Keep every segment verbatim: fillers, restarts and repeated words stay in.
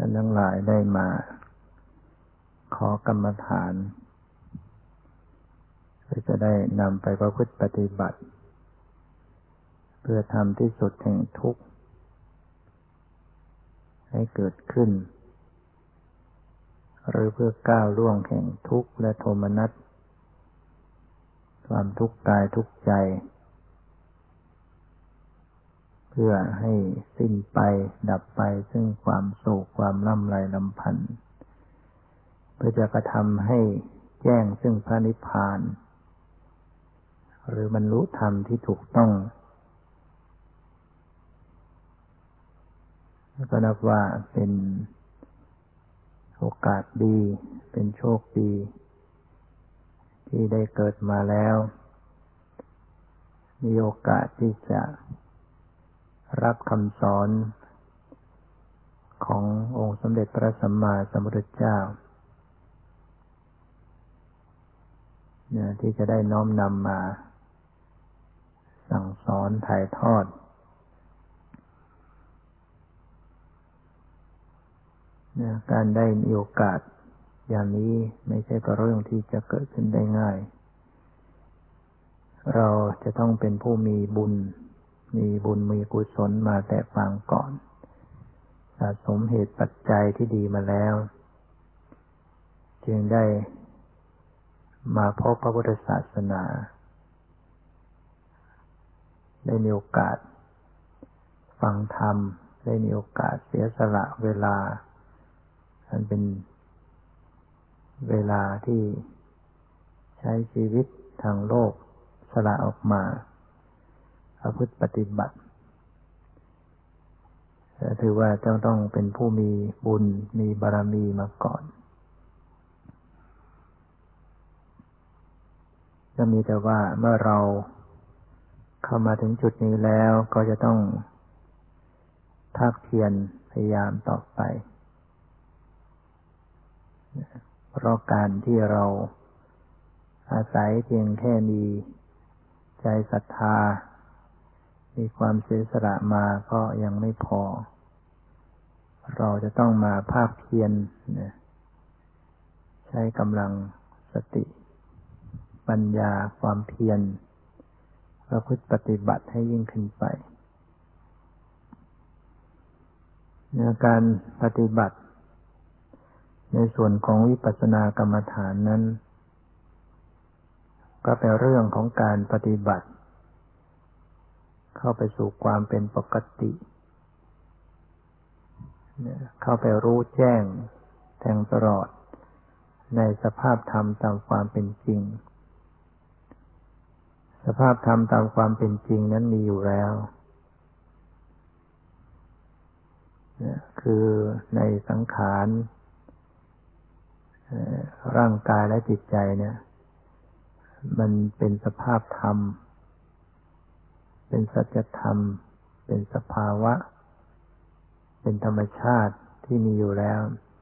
านทั้งหลายได้มาขอกรรมฐานเพื่อจะได้นำไปประพฤติปฏิบัติเพื่อทำที่สุดแห่งทุกข์ให้เกิดขึ้นหรือเพื่อก้าวล่วงแห่งทุกข์และโทมนัสความทุกข์กายทุกข์ใจเพื่อให้สิ้นไปดับไปซึ่งความโศกความล่ำไรลำพันธ์เพื่อจะกระทำให้แจ้งซึ่งพระนิพพานหรือบรรลุธรรมที่ถูกต้องก็นับว่าเป็นโอกาสดีเป็นโชคดีที่ได้เกิดมาแล้วมีโอกาสที่จะรับคำสอนขององค์สมเด็จพระสัมมาสัมพุทธเจ้าเนี่ยที่จะได้น้อมนำมาสั่งสอนถ่ายทอดเนี่ยการได้มีโอกาสอย่างนี้ไม่ใช่เป็นเรื่องที่จะเกิดขึ้นได้ง่ายเราจะต้องเป็นผู้มีบุญมีบุญมีกุศลมาแต่ปางก่อนสะสมเหตุปัจจัยที่ดีมาแล้วจึงได้มาพบพระพุทธศาสนาได้มีโอกาสฟังธรรมได้มีโอกาสเสียสละเวลาอันเป็นเวลาที่ใช้ชีวิตทางโลกสละออกมาประพฤติปฏิบัติถือว่าจะต้องเป็นผู้มีบุญมีบารมีมาก่อนก็มีแต่ว่าเมื่อเราเข้ามาถึงจุดนี้แล้วก็จะต้องภาคเพียรพยายามต่อไปเพราะการที่เราอาศัยเพียงแค่มีใจศรัทธามีความเสียสละมาก็ยังไม่พอเราจะต้องมาภาคเพียรใช้กำลังสติปัญญาความเพียรประพฤติปฏิบัติให้ยิ่งขึ้นไปในการปฏิบัติในส่วนของวิปัสสนากรรมฐานนั้นก็เป็นเรื่องของการปฏิบัติเข้าไปสู่ความเป็นปกติเข้าไปรู้แจ้งแทงตลอดในสภาพธรรมตามความเป็นจริงสภาพธรรมตามความเป็นจริงนั้นมีอยู่แล้วคือในสังขารร่างกายและจิตใจเนี่ยมันเป็นสภาพธรรมเป็นสัจธรรมเป็นสภาวะเป็นธรรมชาติที่มีอยู่แล้ว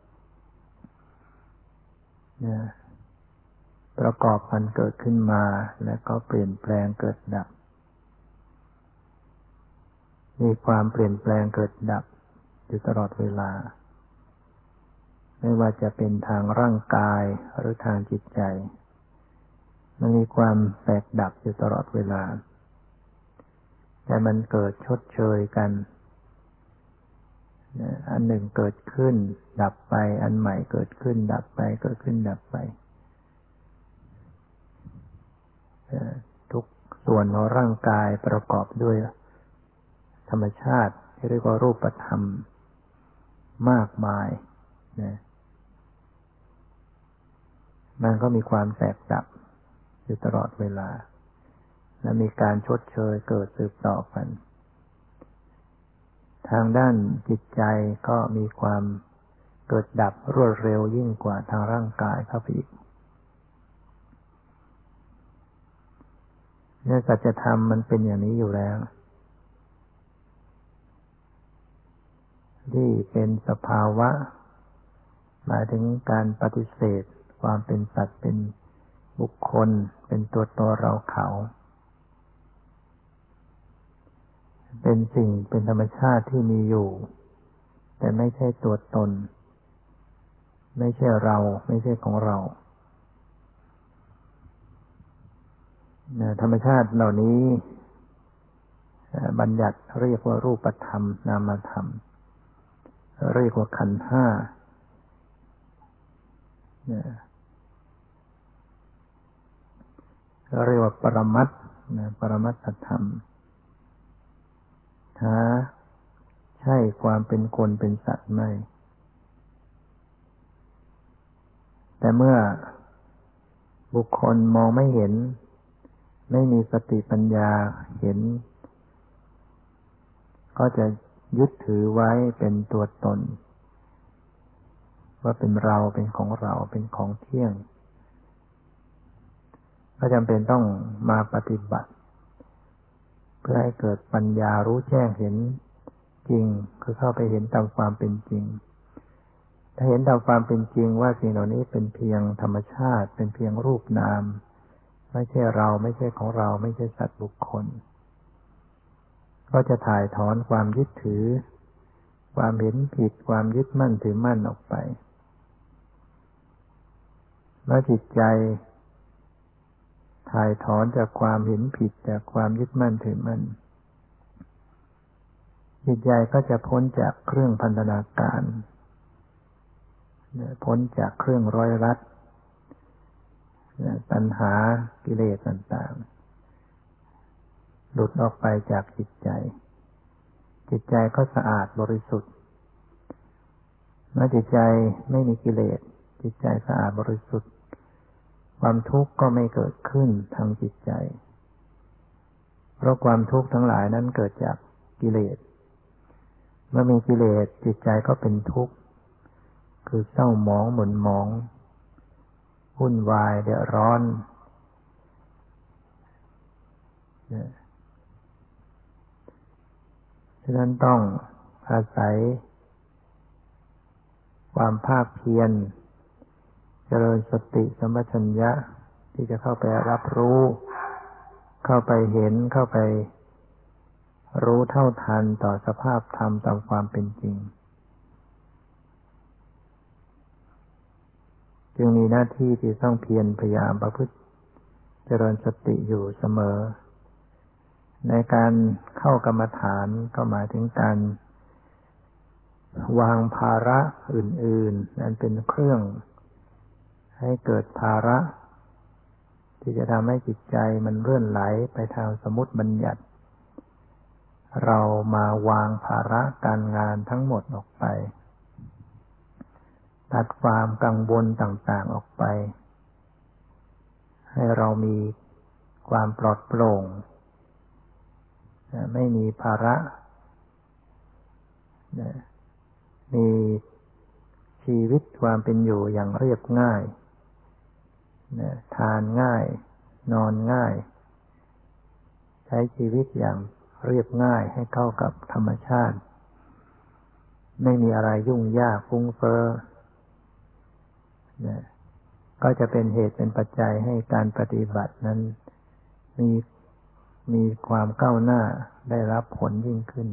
เนี่ยประกอบกันเกิดขึ้นมาแล้วก็เปลี่ยนแปลงเกิดดับมีความเปลี่ยนแปลงเกิดดับอยู่ตลอดเวลาไม่ว่าจะเป็นทางร่างกายหรือทางจิตใจมันมีความแตกดับอยู่ตลอดเวลาแต่มันเกิดชดเชยกันอันหนึ่งเกิดขึ้นดับไปอันใหม่เกิดขึ้นดับไปเกิดขึ้นดับไปทุกส่วนของร่างกายประกอบด้วยธรรมชาติที่เรียกว่ารูปธรรมมากมายนะมันก็มีความแตกดับอยู่ตลอดเวลาและมีการชดเชยเกิดสืบต่อกันทางด้านจิตใจก็มีความเกิดดับรวดเร็วยิ่งกว่าทางร่างกายเข้าไปอีกเนี่ยสัจธรรมมันเป็นอย่างนี้อยู่แล้วที่เป็นสภาวะหมายถึงการปฏิเสธความเป็นสัตว์เป็นบุคคลเป็นตัวตนเราเขาเป็นสิ่งเป็นธรรมชาติที่มีอยู่แต่ไม่ใช่ตัวตนไม่ใช่เราไม่ใช่ของเราธรรมชาติเหล่านี้บัญญัติเรียกว่ารูปธรรมนามธรรมเรียกว่าขันธ์ห้าเรียกว่าปรมัตถ์ปรมัตถธรรมหาใช่ความเป็นคนเป็นสัตว์ไม่แต่เมื่อบุคคลมองไม่เห็นไม่มีสติปัญญาเห็นก็จะยึดถือไว้เป็นตัวตนว่าเป็นเราเป็นของเราเป็นของเที่ยงก็จำเป็นต้องมาปฏิบัติเพื่อให้เกิดปัญญารู้แจ้งเห็นจริงคือเข้าไปเห็นตามความเป็นจริงถ้าเห็นตามความเป็นจริงว่าสิ่งเหล่านี้เป็นเพียงธรรมชาติเป็นเพียงรูปนามไม่ใช่เราไม่ใช่ของเราไม่ใช่สัตว์บุคคลก็จะถ่ายถอนความยึดถือความเห็นผิดความยึดมั่นถือมั่นออกไปเมื่อจิตใจถ่ายถอนจากความเห็นผิดจากความยึดมั่นถือมั่นจิตใจก็จะพ้นจากเครื่องพันธนาการพ้นจากเครื่องร้อยรัดตัณหากิเลสต่างๆหลุดออกไปจากจิตใจจิตใจก็สะอาดบริสุทธิ์เมื่อจิตใจไม่มีกิเลสจิตใจสะอาดบริสุทธิ์ความทุกข์ก็ไม่เกิดขึ้นทางจิตใจเพราะความทุกข์ทั้งหลายนั้นเกิดจากกิเลสเมื่อมีกิเลสจิตใจก็เป็นทุกข์คือเศร้าหมองหม่นหมองวุ่นวายเดือดร้อนฉะนั้นต้องอาศัยความภาคเพียรเจริญสติสัมปชัญญะที่จะเข้าไปรับรู้เข้าไปเห็นเข้าไปรู้เท่าทันต่อสภาพธรรมตามความเป็นจริงจึงมีหน้าที่ที่ต้องเพียรพยายามประพฤติเจริญสติอยู่เสมอในการเข้ากรรมฐานก็หมายถึงการวางภาระอื่นๆนั้นเป็นเครื่องให้เกิดภาระที่จะทำให้จิตใจมันเลื่อนไหลไปทางสมมุติบัญญัติเรามาวางภาระการงานทั้งหมดออกไปตัดความกังวลต่างๆออกไปให้เรามีความปลอดโปร่งไม่มีภาระมีชีวิตความเป็นอยู่อย่างเรียบง่ายทานง่ายนอนง่ายใช้ชีวิตอย่างเรียบง่ายให้เข้ากับธรรมชาติไม่มีอะไรยุ่งยากฟุ้งเฟ้อก็จะเป็นเหตุเป็นปัจจัยให้การปฏิบัตินั้นมีมีความก้าวหน้าได้รับผลยิ่งขึ้น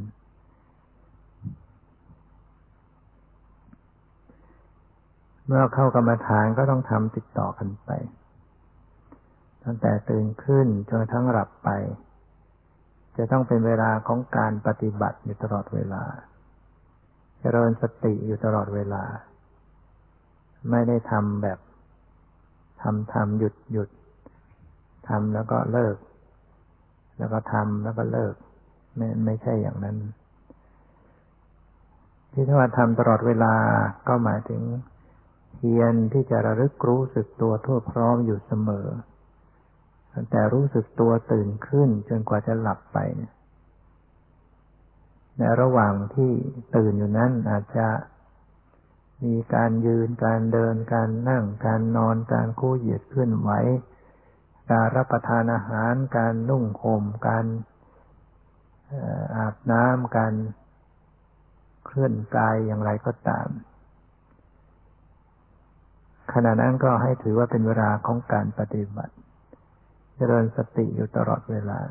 เมื่อเข้ากรรมฐานก็ต้องทำติดต่อกันไปตั้งแต่ตื่นขึ้นจนกระทั่งหลับไปจะต้องเป็นเวลาของการปฏิบัติอยู่ตลอดเวลาเจริญสติอยู่ตลอดเวลาไม่ได้ทำแบบทำทำหยุดหยุดทำแล้วก็เลิกแล้วก็ทำแล้วก็เลิกไม่ไม่ใช่อย่างนั้นที่ว่าทำตลอดเวลาก็หมายถึงเพียรที่จะระลึกรู้สึกตัวทั่วพร้อมอยู่เสมอตั้งแต่รู้สึกตัวตื่นขึ้นจนกว่าจะหลับไปในระหว่างที่ตื่นอยู่นั้นอาจจะมีการยืนการเดินการนั่งการนอนการคู่เหยียดเคลื่อนไหวการรับประทานอาหารการนุ่งห่มการอาบน้ำการเคลื่อนกายอย่างไรก็ตามขณะนั้นก็ให้ถือว่าเป็นเวลาของการปฏิบัติเจริญสติอยู่ตลอดเวลา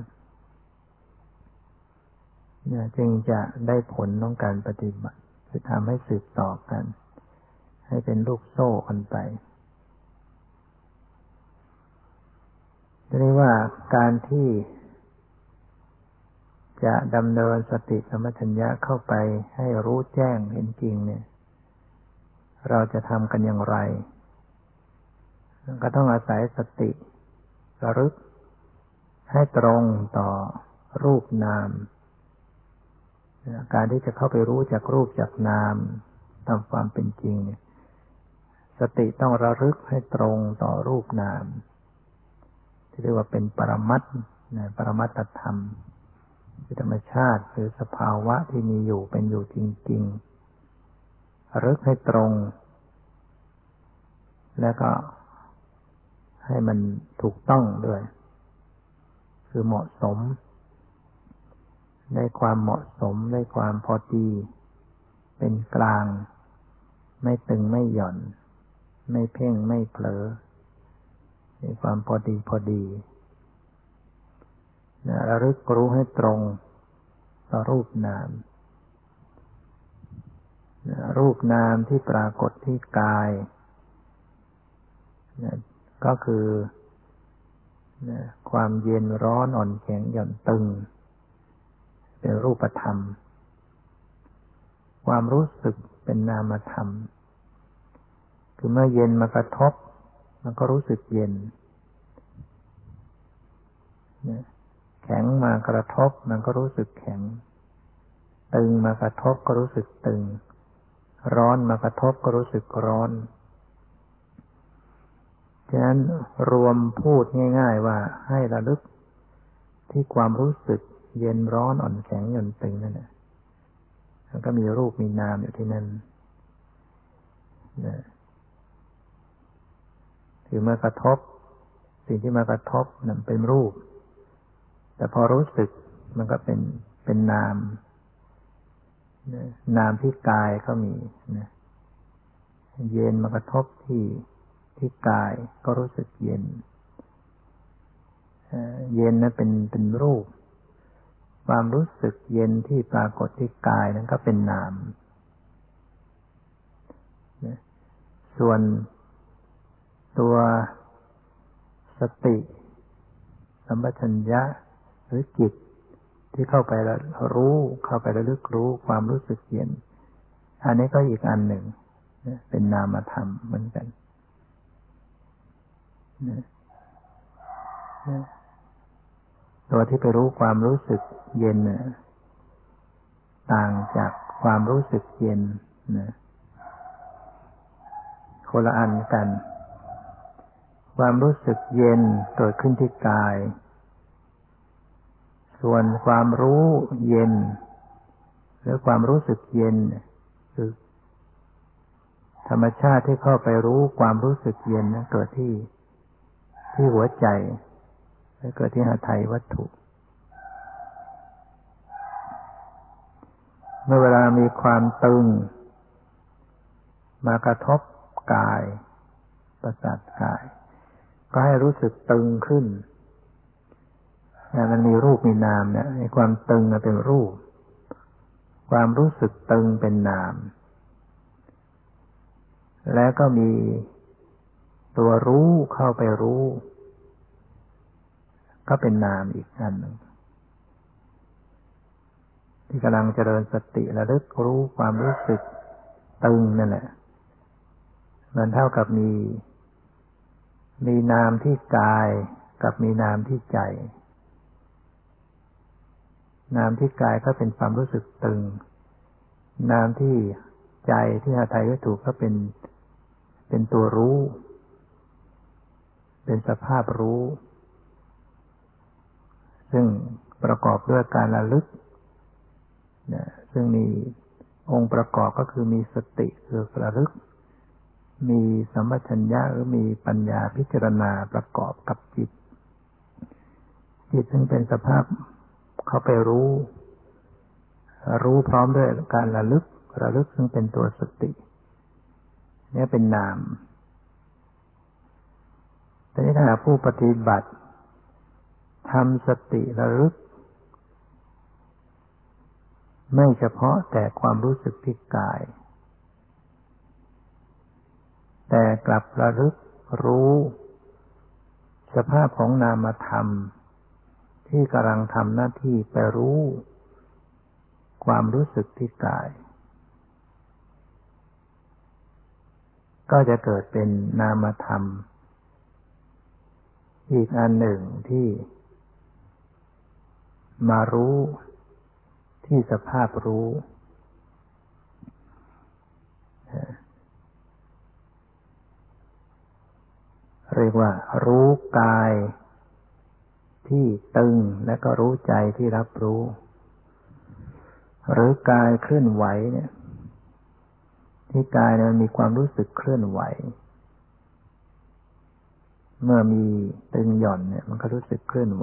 จึงจะได้ผลของการปฏิบัติคือทำให้สืบต่อกันให้เป็นลูกโซ่กันไปเรียกว่าการที่จะดำเนินสติสัมปชัญญะเข้าไปให้รู้แจ้งเห็นจริงเนี่ยเราจะทำกันอย่างไรก็ต้องอาศัยสติระลึกให้ตรงต่อรูปนามการที่จะเข้าไปรู้จากรูปจากนามตามความเป็นจริงเนี่ยสติต้องระลึกให้ตรงต่อรูปนามที่เรียกว่าเป็นปรมัตถ์นะปรมัตถธรรมคือธรรมชาติหรือสภาวะที่มีอยู่เป็นอยู่จริงๆระลึกให้ตรงแล้วก็ให้มันถูกต้องด้วยคือเหมาะสมได้ความเหมาะสมได้ความพอดีเป็นกลางไม่ตึงไม่หย่อนไม่เพ่งไม่เผลอมีความพอดีพอดีระลึกรู้ให้ตรงต่อรูปนามรูปนามที่ปรากฏที่กายก็คือความเย็นร้อนอ่อนแข็งหย่อนตึงเป็นรูปธรรมความรู้สึกเป็นนามธรรมคือเมื่อเย็นมากระทบมันก็รู้สึกเย็นแข็งมากระทบมันก็รู้สึกแข็งตึงมากระทบก็รู้สึกตึงร้อนมากระทบก็รู้สึกร้อนฉะนั้นรวมพูดง่ายๆว่าให้ระลึกที่ความรู้สึกเย็นร้อนอ่อนแข็งหย่อนตึงนั่นแหละแล้วก็มีรูปมีนามอยู่ที่นั่นนะคือเมื่อกระทบสิ่งที่มากระทบนั่นเป็นรูปแต่พอรู้สึกมันก็เป็นเป็นนามนะนามที่กายก็มีนะเย็นมากระทบที่ที่กายก็รู้สึกเย็นเย็นนั้นเป็นเป็นรูปความรู้สึกเย็นที่ปรากฏที่กายนั้นก็เป็นนามส่วนตัวสติสัมปชัญญะหรือจิตที่เข้าไปแล้วรู้เข้าไประลึกรู้ความรู้สึกเย็นอันนี้ก็อีกอันหนึ่งเป็นนามธรรมเหมือนกันตัวที่ไปรู้ความรู้สึกเย็นต่างจากความรู้สึกเย็นนะคนละอันกันความรู้สึกเย็นเกิดขึ้นที่กายส่วนความรู้เย็นหรือความรู้สึกเย็นคือธรรมชาติที่เข้าไปรู้ความรู้สึกเย็นนะเกิดที่ที่หัวใจและเกิดที่หทัยวัตถุเมื่อเวลามีความตึงมากระทบกายประสาทกายก็ให้รู้สึกตึงขึ้นมันมีรูปมีนามเนี่ยในความตึงเป็นรูปความรู้สึกตึงเป็นนามแล้วก็มีตัวรู้เข้าไปรู้ก็เป็นนามอีกอันหนึ่งที่กำลังเจริญสติระลึกรู้ความรู้สึกตึงนั่นแหละมันเท่ากับมีมีนามที่กายกับมีนามที่ใจนามที่กายก็เป็นความรู้สึกตึงนามที่ใจที่หทัยวัตถุก็เป็นเป็นตัวรู้เป็นสภาพรู้ซึ่งประกอบด้วยการระลึกนะซึ่งมีองค์ประกอบก็คือมีสติคือระลึกมีสัมปชัญญะหรือมีปัญญาพิจารณาประกอบกับจิตจิตซึ่งเป็นสภาพเข้าไปรู้รู้พร้อมด้วยการระลึกระลึกซึ่งเป็นตัวสตินี่เป็นนามแต่ถ้าผู้ปฏิบัติทำสติระลึกไม่เฉพาะแต่ความรู้สึกที่กายแต่กลับระลึกรู้สภาพของนามธรรมที่กำลังทำหน้าที่ไปรู้ความรู้สึกที่กายก็จะเกิดเป็นนามธรรมอีกอันหนึ่งที่มารู้ที่สภาพรู้เรียกว่ารู้กายที่ตึงและก็รู้ใจที่รับรู้หรือกายเคลื่อนไหวเนี่ยที่กายมันมีความรู้สึกเคลื่อนไหวเมื่อมีตึงหย่อนเนี่ยมันก็รู้สึกเคลื่อนไหว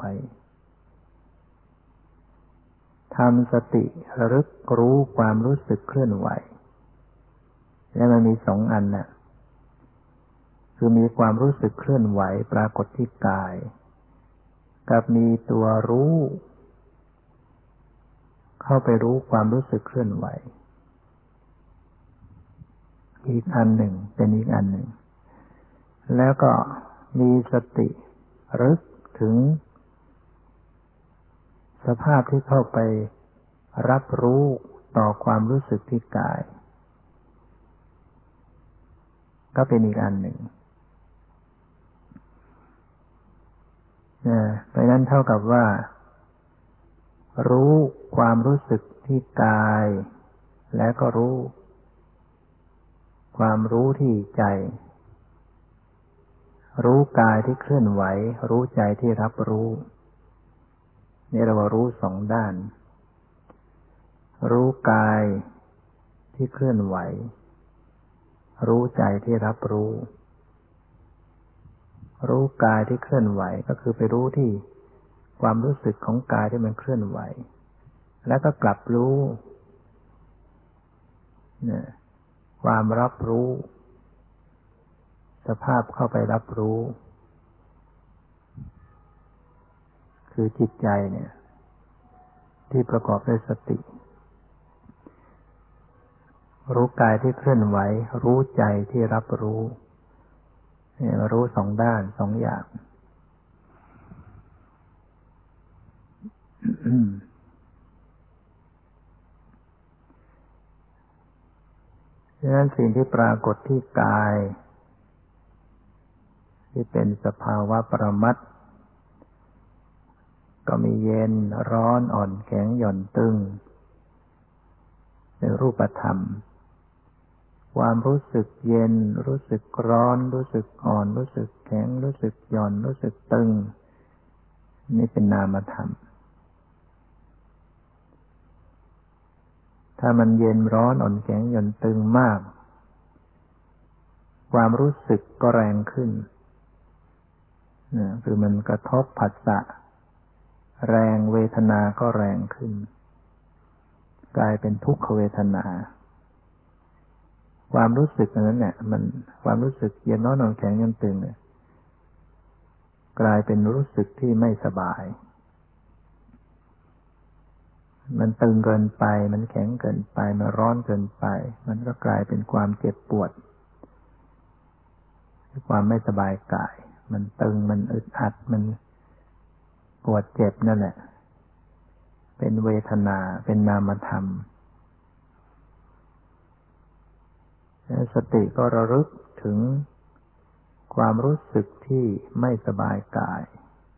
ทำสติระลึกรู้ความรู้สึกเคลื่อนไหวแล้วมันมีสองอันน่ะคือมีความรู้สึกเคลื่อนไหวปรากฏที่กายกับมีตัวรู้เข้าไปรู้ความรู้สึกเคลื่อนไหวอีกอันหนึ่งเป็นอีกอันหนึ่งแล้วก็มีสติระลึกถึงสภาพที่เข้าไปรับรู้ต่อความรู้สึกที่กายก็เป็นอีกอันหนึ่งเพราะนั้นเท่ากับว่ารู้ความรู้สึกที่กายและก็รู้ความรู้ที่ใจรู้กายที่เคลื่อนไหวรู้ใจที่รับรู้นี่เราว่ารู้สองด้านรู้กายที่เคลื่อนไหวรู้ใจที่รับรู้รู้กายที่เคลื่อนไหวก็คือไปรู้ที่ความรู้สึกของกายที่มันเคลื่อนไหวแล้วก็กลับรู้เนี่ยความรับรู้สภาพเข้าไปรับรู้คือจิตใจเนี่ยที่ประกอบด้วยสติรู้กายที่เคลื่อนไหวรู้ใจที่รับรู้เนี่ยรู้สองด้านสองอย่างฉะนั้นสิ่งที่ปรากฏที่กายที่เป็นสภาวะปรมัตถ์ก็มีเย็นร้อนอ่อนแข็งหย่อนตึงเป็นรูปธรรมความรู้สึกเย็นรู้สึกร้อนรู้สึกอ่อนรู้สึกแข็งรู้สึกหย่อนรู้สึกตึงนี่เป็นนามธรรมถ้ามันเย็นร้อนอ่อนแข็งหย่อนตึงมากความรู้สึกก็แรงขึ้นคือมันกระทบผัสสะแรงเวทนาก็แรงขึ้นกลายเป็นทุกขเวทนาความรู้สึกนั้นเนี่ยมันความรู้สึกเย็นร้อนอ่อนแข็งหย่อนตึงเนี่ยกลายเป็นรู้สึกที่ไม่สบายมันตึงเกินไปมันแข็งเกินไปมันร้อนเกินไปมันก็กลายเป็นความเจ็บปวดความไม่สบายกายมันตึงมันอึดอัดมันปวดเจ็บนั่นแหละเป็นเวทนาเป็นนามธรรมสติก็ระลึกถึงความรู้สึกที่ไม่สบายกาย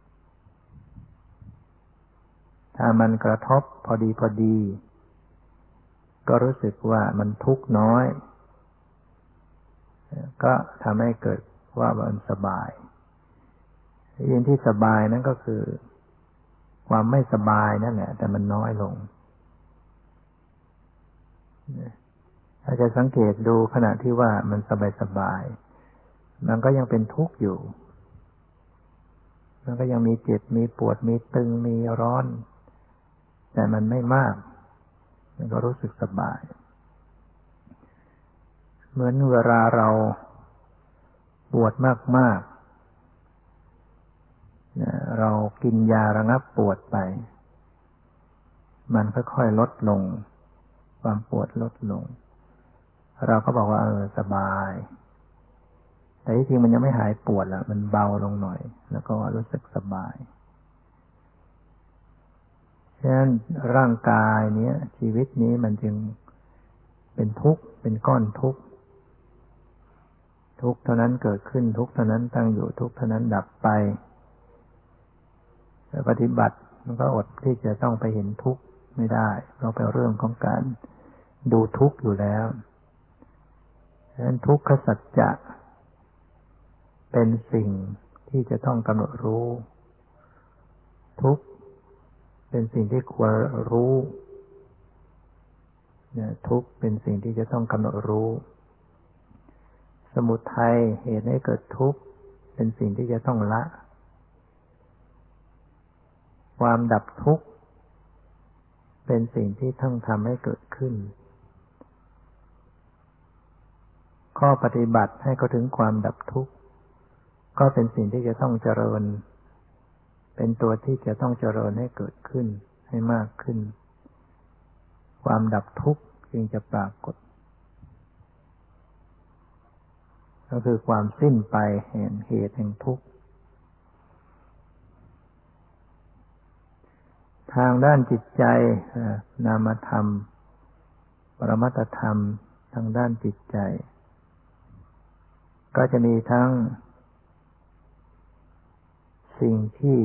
ถ้ามันกระทบพอดีพอดีก็รู้สึกว่ามันทุกข์น้อยก็ทำให้เกิดว่ามันสบายยิ่งที่สบายนั้นก็คือความไม่สบายนั่นแหละแต่มันน้อยลงถ้าจะสังเกตดูขณะที่ว่ามันสบายสบายมันก็ยังเป็นทุกข์อยู่มันก็ยังมีเจ็บมีปวดมีตึงมีร้อนแต่มันไม่มากมันก็รู้สึกสบายเหมือนเวลาเราปวดมากๆเรากินยาระงับปวดไปมันค่อยๆลดลงความปวดลดลงเราก็บอกว่าเออสบายแต่ที่จริงมันยังไม่หายปวดละมันเบาลงหน่อยแล้วก็รู้สึกสบายฉะนั้นร่างกายเนี้ยชีวิตนี้มันจึงเป็นทุกข์เป็นก้อนทุกข์ทุกข์เท่านั้นเกิดขึ้นทุกข์เท่านั้นตั้งอยู่ทุกข์เท่านั้นดับไปแต่ปฏิบัติมันก็อดที่จะต้องไปเห็นทุกข์ไม่ได้เพราะเป็นเรื่องของการดูทุกข์อยู่แล้วฉะนั้นทุกขสัจจะเป็นสิ่งที่จะต้องกำหนดรู้ทุกข์เป็นสิ่งที่ควรรู้ทุกข์เป็นสิ่งที่จะต้องกำหนดรู้สมุทัยเหตุให้เกิดทุกข์เป็นสิ่งที่จะต้องละความดับทุกข์เป็นสิ่งที่ต้องทำให้เกิดขึ้นข้อปฏิบัติให้เขาถึงความดับทุกข์ก็เป็นสิ่งที่จะต้องเจริญเป็นตัวที่จะต้องเจริญให้เกิดขึ้นให้มากขึ้นความดับทุกข์จึงจะปรากฏก็คือความสิ้นไปแห่งเหตุแห่งทุกข์ทางด้านจิตใจนามธรรมปรมัตถธรรมทางด้านจิตใจก็จะมีทั้งสิ่งที่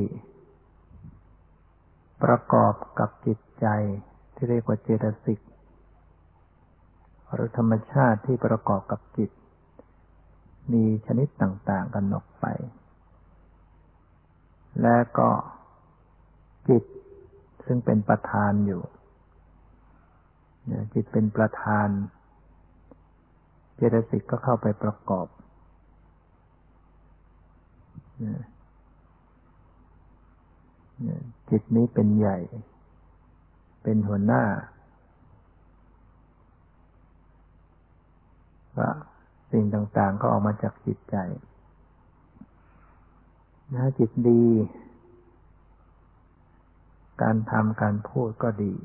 ประกอบกับจิตใจที่เรียกว่าเจตสิกหรือธรรมชาติที่ประกอบกับจิตมีชนิดต่างๆกันออกไปและก็จิตซึ่งเป็นประธานอยู่จิตเป็นประธานเจตสิกก็เข้าไปประกอบจิตนี้เป็นใหญ่เป็นหัวหน้าว่าสิ่งต่างๆก็ออกมาจากจิตใจถ้าจิตดีการทำการพูดก็ดี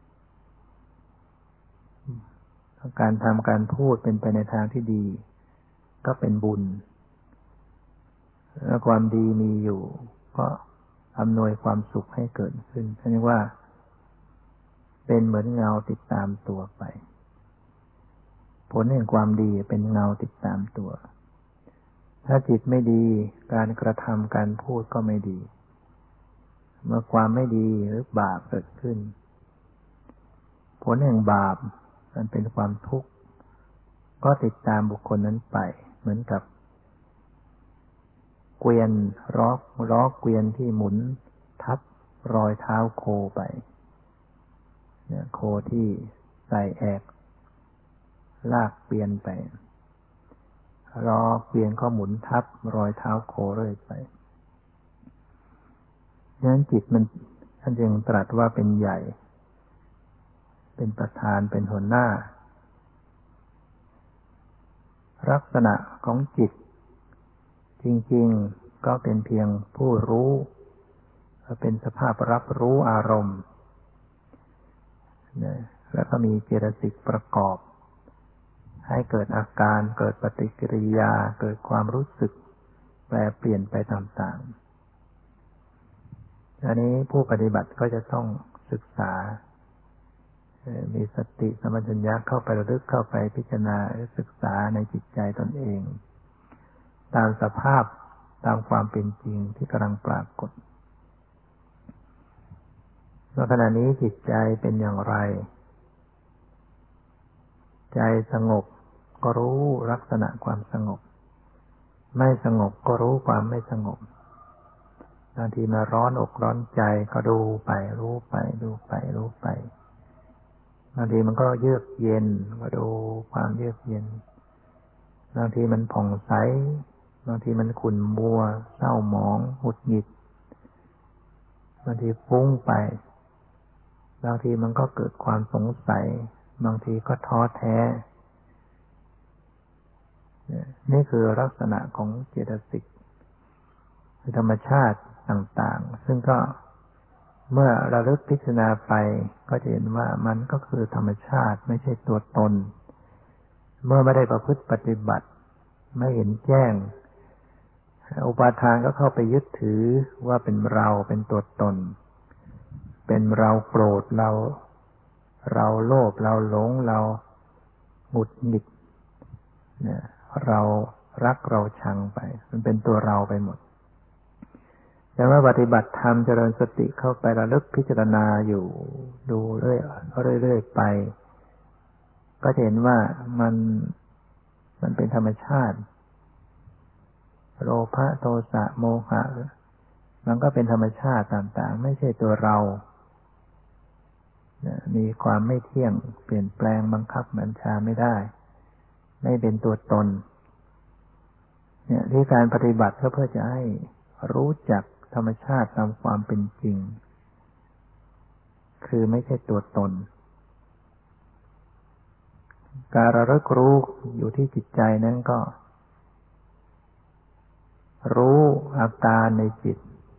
ถ้าการทำการพูดเป็นไปในทางที่ดีก็เป็นบุญแล้วความดีมีอยู่ก็อำนวยความสุขให้เกิดขึ้นเรียกว่าเป็นเหมือนเงาติดตามตัวไปผลแห่งความดีเป็นเงาติดตามตัวถ้าจิตไม่ดีการกระทำการพูดก็ไม่ดีเมื่อความไม่ดีหรือบาปเกิดขึ้นผลแห่งบาปมันเป็นความทุกข์ก็ติดตามบุคคลนั้นไปเหมือนกับเกวียนล้อล้อเกวียนที่หมุนทับรอยเท้าโคไปเนี่ยโคที่ใส่แอกลากเกวียนไปล้อเกวียนก็หมุนทับรอยเท้าโคเรื่อยไปฉะนั้นจิตมันท่านจึงตรัสว่าเป็นใหญ่เป็นประธานเป็นหัวหน้าลักษณะของจิตจริงๆก็เป็นเพียงผู้รู้เป็นสภาพรับรู้อารมณ์แล้วก็มีเจตสิกประกอบให้เกิดอาการเกิดปฏิกิริยาเกิดความรู้สึกแปรเปลี่ยนไปต่างๆอันนี้ผู้ปฏิบัติก็จะต้องศึกษามีสติสัมปชัญญะเข้าไประลึกเข้าไปพิจารณาศึกษาในจิตใจตนเองตามสภาพตามความเป็นจริงที่กำลังปรากฏในขณะนี้จิตใจเป็นอย่างไรใจสงบก็รู้ลักษณะความสงบไม่สงบก็รู้ความไม่สงบบางทีมาร้อนอกร้อนใจก็ดูไปรู้ไปดูไปรู้ไปบางทีมันก็เยือกเย็นก็ดูความเยือกเย็นบางทีมันผ่องใสบางทีมันขุ่นมัวเศร้าหมองหงุดหงิดบางทีฟุ้งไปบางทีมันก็เกิดความสงสัยบางทีก็ท้อแท้นี่คือลักษณะของเจตสิกคือธรรมชาติต่างๆซึ่งก็เมื่อระลึกพิจารณาไปก็จะเห็นว่ามันก็คือธรรมชาติไม่ใช่ตัวตนเมื่อไม่ได้ประพฤติปฏิบัติไม่เห็นแจ้งอุปาทานก็เข้าไปยึดถือว่าเป็นเราเป็นตัวตนเป็นเราโกรธเราเราโลภเราหลงเราหงุดหงิดเนี่ยเรารักเราชังไปมันเป็นตัวเราไปหมดแต่ว่าปฏิบัติธรรมเจริญสติเข้าไประลึกพิจารณาอยู่ดูเรื่อยเรื่อยๆไปก็จะเห็นว่ามันมันเป็นธรรมชาติโลภะโทสะโมหะมันก็เป็นธรรมชาติต่างๆไม่ใช่ตัวเรามีความไม่เที่ยงเปลี่ยนแปลงบังคับบัญชาไม่ได้ไม่เป็นตัวตนเนี่ยที่การปฏิบัติก็เพื่อจะให้รู้จักธรรมชาติตามความเป็นจริงคือไม่ใช่ตัวตนการระลึกรู้อยู่ที่จิตใจนั้นก็รู้อาการในจิต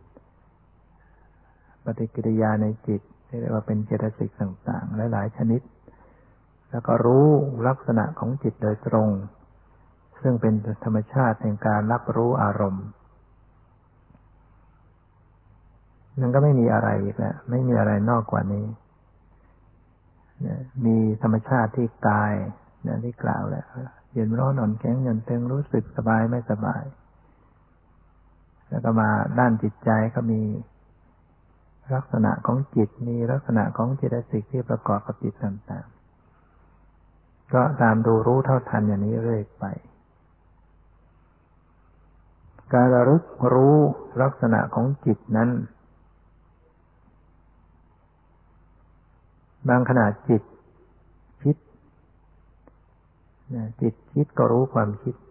ปฏิกิริยาในจิตที่เรียกว่าเป็นเจตสิกต่างๆหลายๆชนิดแล้วก็รู้ลักษณะของจิตโดยตรงซึ่งเป็นธรรมชาติแห่งการรับรู้อารมณ์มันก็ไม่มีอะไรอีกแล้วไม่มีอะไรนอกกว่านี้มีธรรมชาติที่กายอย่างที่กล่าวแล้วเย็นร้อนอ่อนแข็งหย่อนตึงรู้สึกสบายไม่สบายแล้วก็มาด้านจิตใจก็มีลักษณะของจิตมีลักษณะของเจตสิกที่ประกอบกับจิตต่างๆก็ตามดูรู้เท่าทันอย่างนี้เรื่อยไปการระลึกรู้ลักษณะของจิตนั้นบางขณะจิตคิดจิตคิดก็รู้ความคิด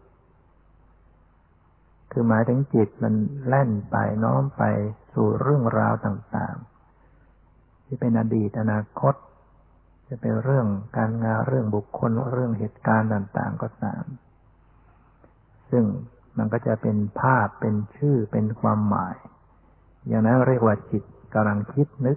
คือหมายถึงจิตมันแล่นไปน้อมไปสู่เรื่องราวต่างๆที่เป็นอดีตอนาคตจะเป็นเรื่องการงานเรื่องบุคคลเรื่องเหตุการณ์ต่างๆก็ตามซึ่งมันก็จะเป็นภาพเป็นชื่อเป็นความหมายอย่างนั้นเรียกว่าจิตกำลังคิดนึก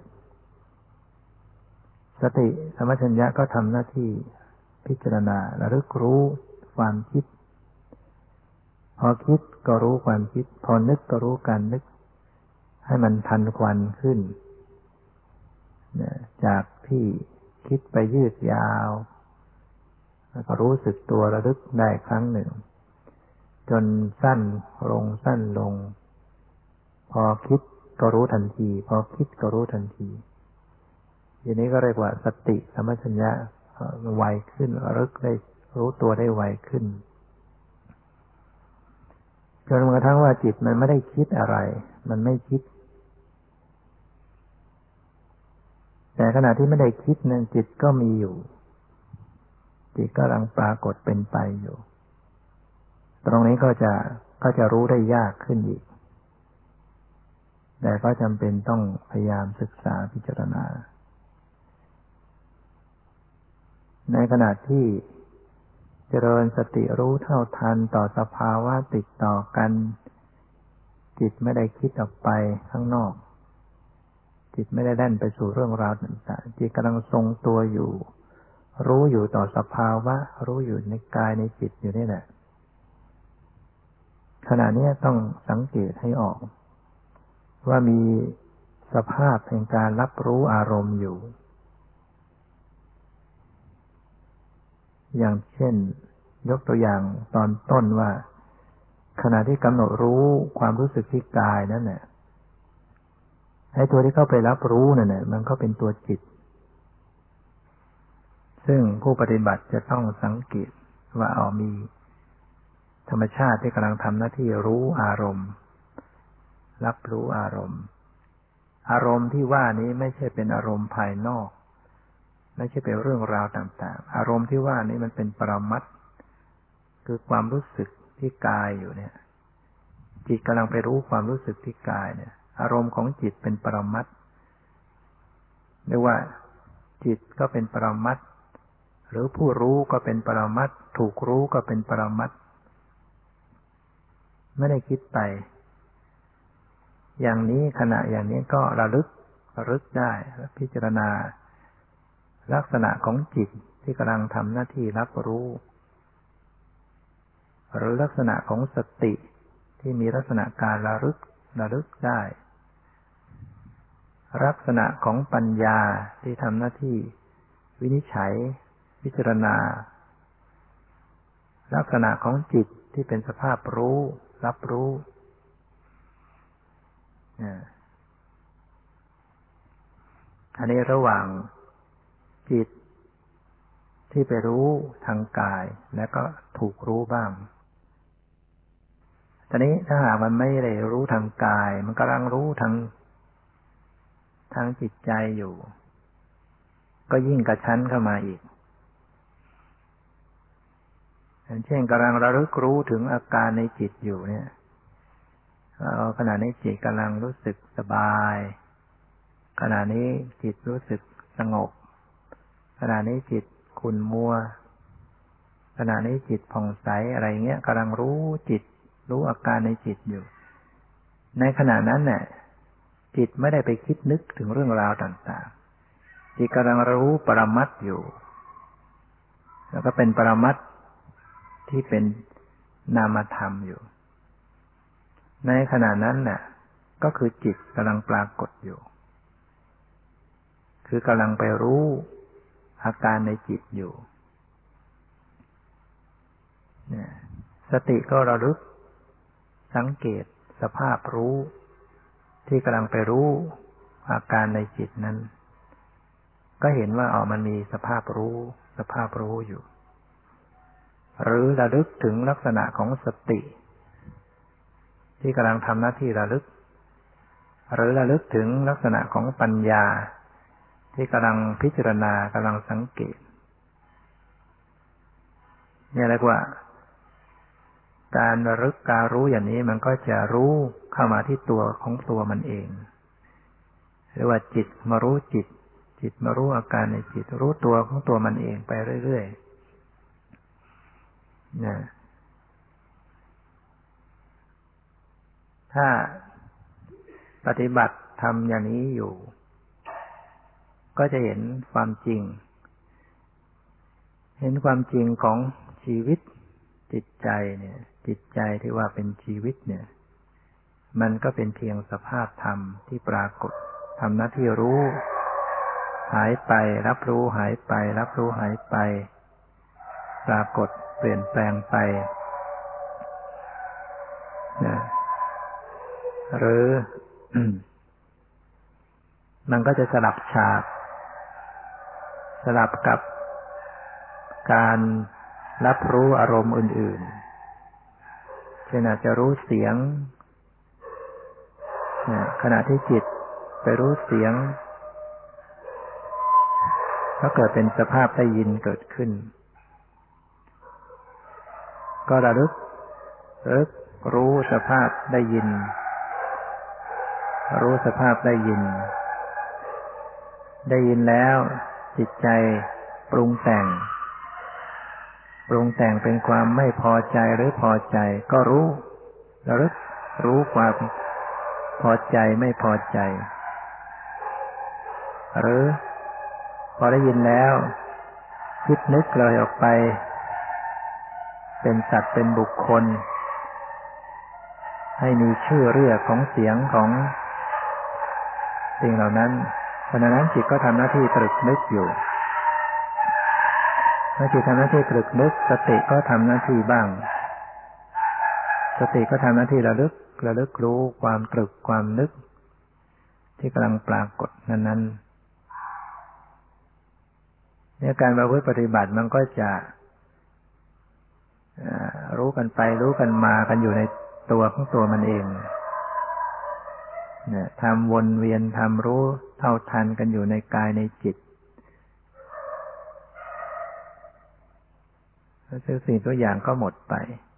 สติสัมปชัญญะก็ทำหน้าที่พิจารณาระลึกรู้ความคิดพอคิดก็รู้ความคิดพอนึกก็รู้การนึกให้มันทันควันขึ้นจากที่คิดไปยืดยาวแล้วก็รู้สึกตัวระลึกได้ครั้งหนึ่งจนสั้นลงสั้นลงพอคิดก็รู้ทันทีพอคิดก็รู้ทันทีอย่างนี้ก็เรียกว่าสติสัมปชัญญะไวขึ้นระลึกได้รู้ตัวได้ไวขึ้นจนกระทั่งว่าจิตมันไม่ได้คิดอะไรมันไม่คิดแต่ขณะที่ไม่ได้คิดนั้นจิตก็มีอยู่จิตก็กำลังปรากฏเป็นไปอยู่ตรงนี้ก็จะก็จะรู้ได้ยากขึ้นอีกแต่ก็จำเป็นต้องพยายามศึกษาพิจารณาในขณะที่เจริญสติรู้เท่าทันต่อสภาวะติดต่อกันจิตไม่ได้คิดออกไปข้างนอกจิตไม่ได้แล่นไปสู่เรื่องราวต่างๆจิตกำลังทรงตัวอยู่รู้อยู่ต่อสภาวะรู้อยู่ในกายในจิตอยู่นี่แหละขณะนี้ต้องสังเกตให้ออกว่ามีสภาพแห่งการรับรู้อารมณ์อยู่อย่างเช่นยกตัวอย่างตอนต้นว่าขณะที่กำหนดรู้ความรู้สึกที่กายนั่นแหละไอ้ตัวที่เข้าไปรับรู้นั่นแหละมันก็เป็นตัวจิตซึ่งผู้ปฏิบัติจะต้องสังเกตว่าเอามีธรรมชาติที่กำลังทำหน้าที่รู้อารมณ์รับรู้อารมณ์อารมณ์ที่ว่านี้ไม่ใช่เป็นอารมณ์ภายนอกไม่ใช่เป็นเรื่องราวต่างๆอารมณ์ที่ว่านี้มันเป็นปรมัตถ์คือความรู้สึกที่กายอยู่เนี่ยจิตกำลังไปรู้ความรู้สึกที่กายเนี่ยอารมณ์ของจิตเป็นปรมัตถ์เรียกว่าจิตก็เป็นปรมัตถ์หรือผู้รู้ก็เป็นปรมัตถ์ถูกรู้ก็เป็นปรมัตถ์ไม่ได้คิดไปอย่างนี้ขณะอย่างนี้ก็ระลึกระลึกได้พิจารณาลักษณะของจิตที่กำลังทำหน้าที่รับรู้หรือลักษณะของสติที่มีลักษณะการระลึกระลึกได้ลักษณะของปัญญาที่ทำหน้าที่วินิจฉัยพิจารณาลักษณะของจิตที่เป็นสภาพรู้รับรู้อันนี้ระหว่างจิตที่ไปรู้ทางกายแล้วก็ถูกรู้บ้างตอนนี้ถ้าหากมันไม่ได้รู้ทางกายมันกำลังรู้ทางทางจิตใจอยู่ก็ยิ่งกระชั้นเข้ามาอีกอย่างเช่นกำลังระลึกรู้ถึงอาการในจิตอยู่เนี่ยขณะนี้จิตกำลังรู้สึกสบายขณะนี้จิตรู้สึกสงบขณะนี้จิตขุ่นมัวขณะนี้จิตผ่องใสอะไรเงี้ยกำลังรู้จิตรู้อาการในจิตอยู่ในขณะนั้นเนี่ยจิตไม่ได้ไปคิดนึกถึงเรื่องราวต่างๆจิตกำลังรู้ปรมัตถ์อยู่แล้วก็เป็นปรมัตถ์ที่เป็นนามธรรมอยู่ในขณะนั้นน่ะก็คือจิตกำลังปรากฏอยู่คือกำลังไปรู้อาการในจิตอยู่สติก็ระลึกสังเกตสภาพรู้ที่กำลังไปรู้อาการในจิตนั้นก็เห็นว่าอ๋อมันมีสภาพรู้สภาพรู้อยู่หรือระลึกถึงลักษณะของสติที่กำลังทำหน้าที่ระลึกหรือระลึกถึงลักษณะของปัญญาที่กำลังพิจารณากำลังสังเกตเนี่ยเรียกว่าการระลึกการรู้อย่างนี้มันก็จะรู้เข้ามาที่ตัวของตัวมันเองเรียกว่าจิตมารู้จิตจิตมารู้อาการในจิตรู้ตัวของตัวมันเองไปเรื่อยๆเนี่ยถ้าปฏิบัติทำอย่างนี้อยู่ก็จะเห็นความจริงเห็นความจริงของชีวิตจิตใจเนี่ยจิตใจที่ว่าเป็นชีวิตเนี่ยมันก็เป็นเพียงสภาพธรรมที่ปรากฏทำหน้าที่รู้หายไปรับรู้หายไปรับรู้หายไปปรากฏเปลี่ยนแปลงไปนะหรือ มันก็จะสลับฉากสลับกับการรับรู้อารมณ์อื่นๆเช่นอาจจะรู้เสียงขณะที่จิตไปรู้เสียงก็เกิดเป็นสภาพได้ยินเกิดขึ้นก็ระลึกระลึกรู้สภาพได้ยินรู้สภาพได้ยินได้ยินแล้วจิตใจปรุงแต่งปรุงแต่งเป็นความไม่พอใจหรือพอใจก็รู้ระลึกรู้ความพอใจไม่พอใจหรือพอได้ยินแล้วคิดนึกเลยออกไปเป็นสัตว์เป็นบุคคลให้มีชื่อเรียกของเสียงของสิ่งเหล่านั้นขณะนั้นจิตก็ทำหน้าที่ตรึกนึกอยู่เมื่อจิตทำหน้าที่ตรึกนึกสติก็ทำหน้าที่บ้างสติก็ทำหน้าที่ระลึกระลึกรู้ความตรึกความนึกที่กำลังปรากฏนั้นๆเนี่ยการประพฤติปฏิบัติมันก็จะรู้กันไปรู้กันมากันอยู่ในตัวของตัวมันเองเนี่ยทำวนเวียนทำรู้เท่าทันกันอยู่ในกายในจิตแล้วสิ่งตัวอย่างก็หมดไป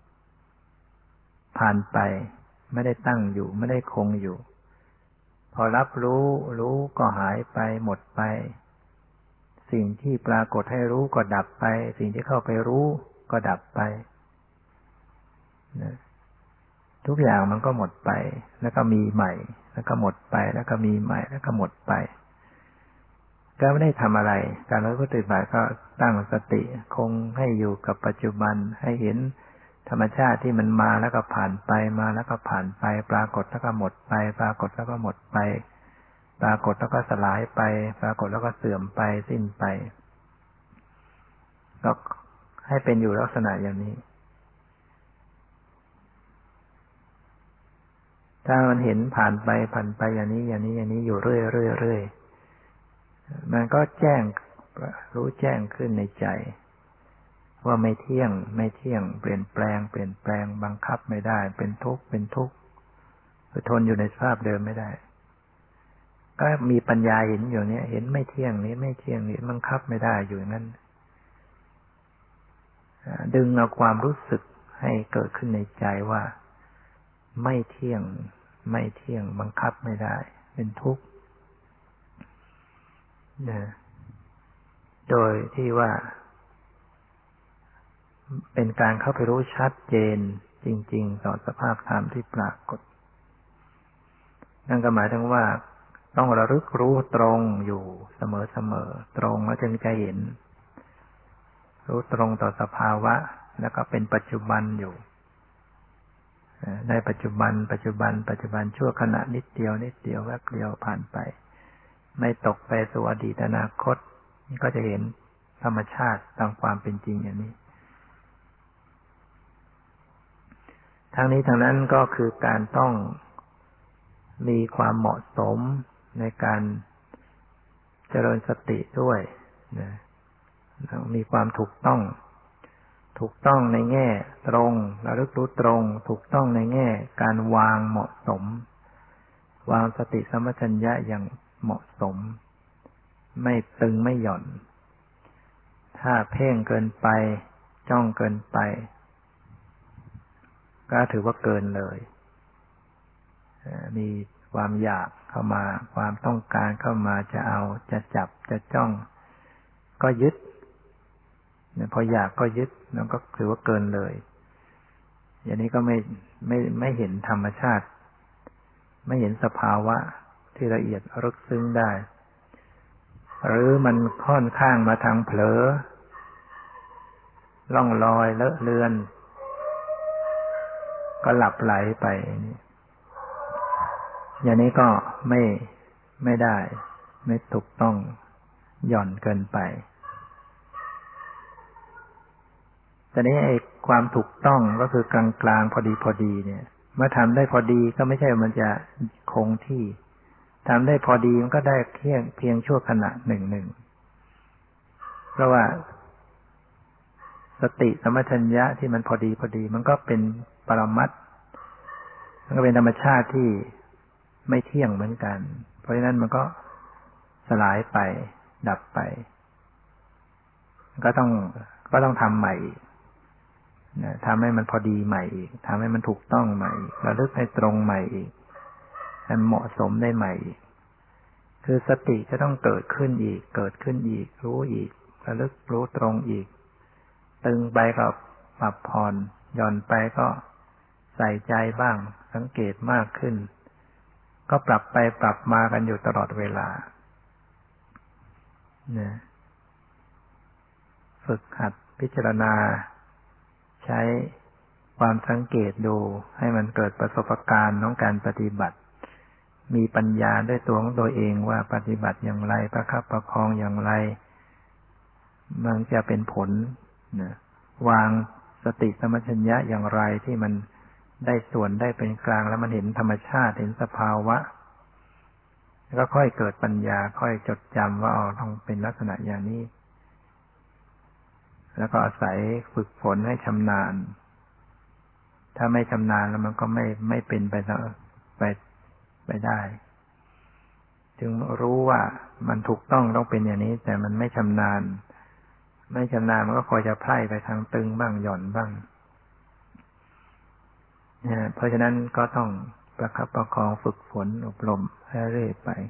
ผ่านไปไม่ได้ตั้งอยู่ไม่ได้คงอยู่พอรับรู้รู้ก็หายไปหมดไปสิ่งที่ปรากฏให้รู้ก็ดับไปสิ่งที่เข้าไปรู้ก็ดับไปนะทุกอย่างมันก็หมดไปแล้วก็มีใหม่แล้วก็หมดไปแล้วก็มีใหม่แล้วก็หมดไปก็ไม่ได้ทำอะไรการปฏิบัติก็ตั้งสติคงให้อยู่กับปัจจุบันให้เห็นธรรมชาติที่มันมาแล้วก็ผ่านไปมาแล้วก็ผ่านไปปรากฏแล้วก็หมดไปปรากฏแล้วก็หมดไปปรากฏแล้วก็สลายไปปรากฏแล้วก็เสื่อมไปสิ้นไปก็ให้เป็นอยู่ลักษณะอย่างนี้ถ้ามันเห็นผ่านไปผ่านไปอย่างนี้อย่างนี้อย่างนี้อยู่เรื่อยเรื่อยเรื่อยมันก็แจ้งรู้แจ้งขึ้นในใจว่าไม่เที่ยงไม่เที่ยงเปลี่ยนแปลงเปลี่ยนแปลงบังคับไม่ได้เป็นทุกข์เป็นทุกข์ทนอยู่ในสภาพเดิมไม่ได้ก็มีปัญญาเห็นอยู่เนี้ยเห็นไม่เที่ยงนี้ไม่เที่ยงนี้บังคับไม่ได้อยู่อย่างนั้นดึงเอาความรู้สึกให้เกิดขึ้นในใจว่าไม่เที่ยงไม่เที่ยงบังคับไม่ได้เป็นทุกข์นะโดยที่ว่าเป็นการเข้าไปรู้ชัดเจนจริงๆต่อสภาพธรรมที่ปรากฏนั่นก็หมายถึงว่าต้องระลึกรู้ตรงอยู่เสมอๆตรงแล้วจึงจะเห็นรู้ตรงต่อสภาวะแล้วก็เป็นปัจจุบันอยู่ในปัจจุบันปัจจุบันปัจจุบันชั่วขณะนิดเดียวนิดเดียวแวบเดียวผ่านไปไม่ตกไปสู่อดีตอนาคตนี่ก็จะเห็นธรรมชาติตามความเป็นจริงอย่างนี้ทั้งนี้ทั้งนั้นก็คือการต้องมีความเหมาะสมในการเจริญสติด้วยนะมีความถูกต้องถูกต้องในแง่ตรงระลึกรู้ตรงถูกต้องในแง่การวางเหมาะสมวางสติสัมปชัญญะอย่างเหมาะสมไม่ตึงไม่หย่อนถ้าเพ่งเกินไปจ้องเกินไปก็ถือว่าเกินเลยมีความอยากเข้ามาความต้องการเข้ามาจะเอาจะจับจะจ้องก็ยึดพออยากก็ยึดแล้วก็ถือว่าเกินเลยอย่างนี้ก็ไม่ไม่ไม่เห็นธรรมชาติไม่เห็นสภาวะที่ละเอียดลึกซึ้งได้หรือมันค่อนข้างมาทางเผลอล่องลอยเลอะเลือนก็หลับไหลไปอย่างนี้ก็ไม่ไม่ได้ไม่ถูกต้องหย่อนเกินไปแต่นี้ไอ้ความถูกต้องก็คือกลางกลางพอดีพอดีเนี่ยเมื่อทำได้พอดีก็ไม่ใช่มันจะคงที่ทำได้พอดีมันก็ได้เพียงเพียงชั่วขณะหนึ่งหนึ่งเพราะว่าสติสัมปชัญญะที่มันพอดีพอดีมันก็เป็นปรมัตถ์มันก็เป็นธรรมชาติที่ไม่เที่ยงเหมือนกันเพราะฉะนั้นมันก็สลายไปดับไปก็ต้องก็ต้องทำใหม่นะทำให้มันพอดีใหม่อีกทำให้มันถูกต้องใหม่ระลึกให้ตรงใหม่อีกให้เหมาะสมได้ใหม่อีกคือสติจะต้องเกิดขึ้นอีกเกิดขึ้นอีกรู้อีกระลึกรู้ตรงอีกตึงไปก็ปรับผ่อนหย่อนไปก็ใส่ใจบ้างสังเกตมากขึ้นก็ปรับไปปรับมากันอยู่ตลอดเวลาเนี่ยฝึกหัดพิจารณาใช้ความสังเกตดูให้มันเกิดประสบการณ์ของการปฏิบัติมีปัญญาด้วยตัวของตัวเองว่าปฏิบัติอย่างไรประคับประคองอย่างไรมันจะเป็นผลนะวางสติสัมปชัญญะอย่างไรที่มันได้ส่วนได้เป็นกลางแล้วมันเห็นธรรมชาติเห็นสภาวะแล้วก็ค่อยเกิดปัญญาค่อยจดจำว่าอ๋อต้องเป็นลักษณะอย่างนี้แล้วก็อาศัยฝึกฝนให้ชำนาญถ้าไม่ชำนาญแล้วมันก็ไม่ไม่เป็นไปไปไปได้จึงรู้ว่ามันถูกต้องต้องเป็นอย่างนี้แต่มันไม่ชำนาญไม่ชำนาญมันก็คอยจะไพร่ไปทางตึงบ้างหย่อนบ้างเนี่ยเพราะฉะนั้นก็ต้องประคับประคองฝึกฝนอบรมให้เรื่อยไป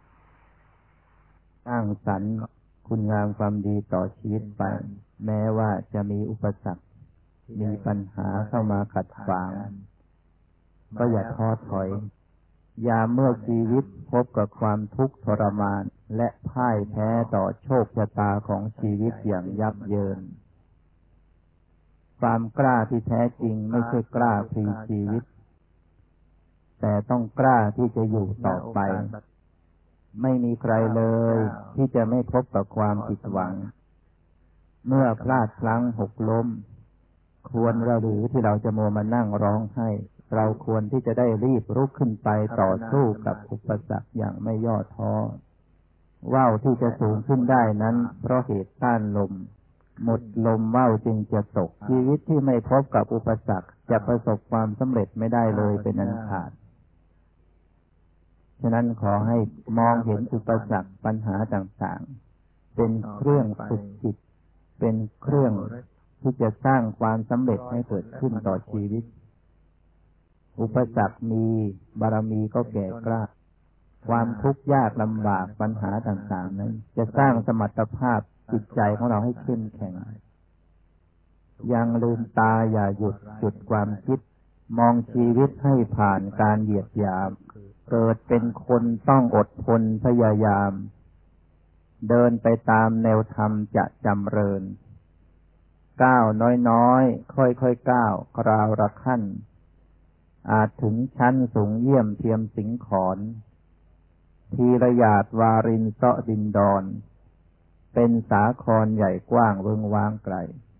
สร้างสรรค์คุณงามความดีต่อชีวิตไปแม้ว่าจะมีอุปสรรคมีปัญหาเข้ามาขัดขวางก็อย่าท้อถอยอย่าเมื่อชีวิตพบกับความทุกข์ทรมานและพ่ายแพ้ต่อโชคชะตาของชีวิตอย่างยับเยินความกล้าที่แท้จริงไม่ใช่กล้าพลีชีวิตแต่ต้องกล้าที่จะอยู่ต่อไปไม่มีใครเลยที่จะไม่พบกับความผิดหวังเมื่อพลาดพลั้งหกล้มควรหรือที่เราจะมัวมานั่งร้องไห้เราควรที่จะได้รีบลุกขึ้นไปต่อสู้กับอุปสรรคอย่างไม่ย่อท้อว่าวที่จะสูงขึ้นได้นั้นเพราะเหตุต้านลมหมดลมว่าวจึงจะตกชีวิตที่ไม่พบกับอุปสรรคจะประสบความสำเร็จไม่ได้เลยเป็นอันขาดฉะนั้นขอให้มองเห็นอุปสรรคปัญหาต่างๆเป็นเครื่องฝึกจิตเป็นเครื่องที่จะสร้างความสำเร็จให้เกิดขึ้นต่อชีวิตอุปสรรคมีบารมีก็แก่กล้าความทุกข์ยากลำบากปัญหาต่างๆนั้นจะสร้างสมรรถภาพจิตใจของเราให้เข้มแข็งยังลืมตาอย่าหยุดจุดความคิดมองชีวิตให้ผ่านการเหยียดหยามเกิดเป็นคนต้องอดทนพยายามเดินไปตามแนวธรรมจะจำเริญก้าวน้อยๆค่อยๆก้าวคราวละขั้นอาจถึงชั้นสูงเยี่ยมเทียมสิงขรทีระหยาดวารินเสาะดินดอนเป็นสาครใหญ่กว้างเวิ้งว้างไกล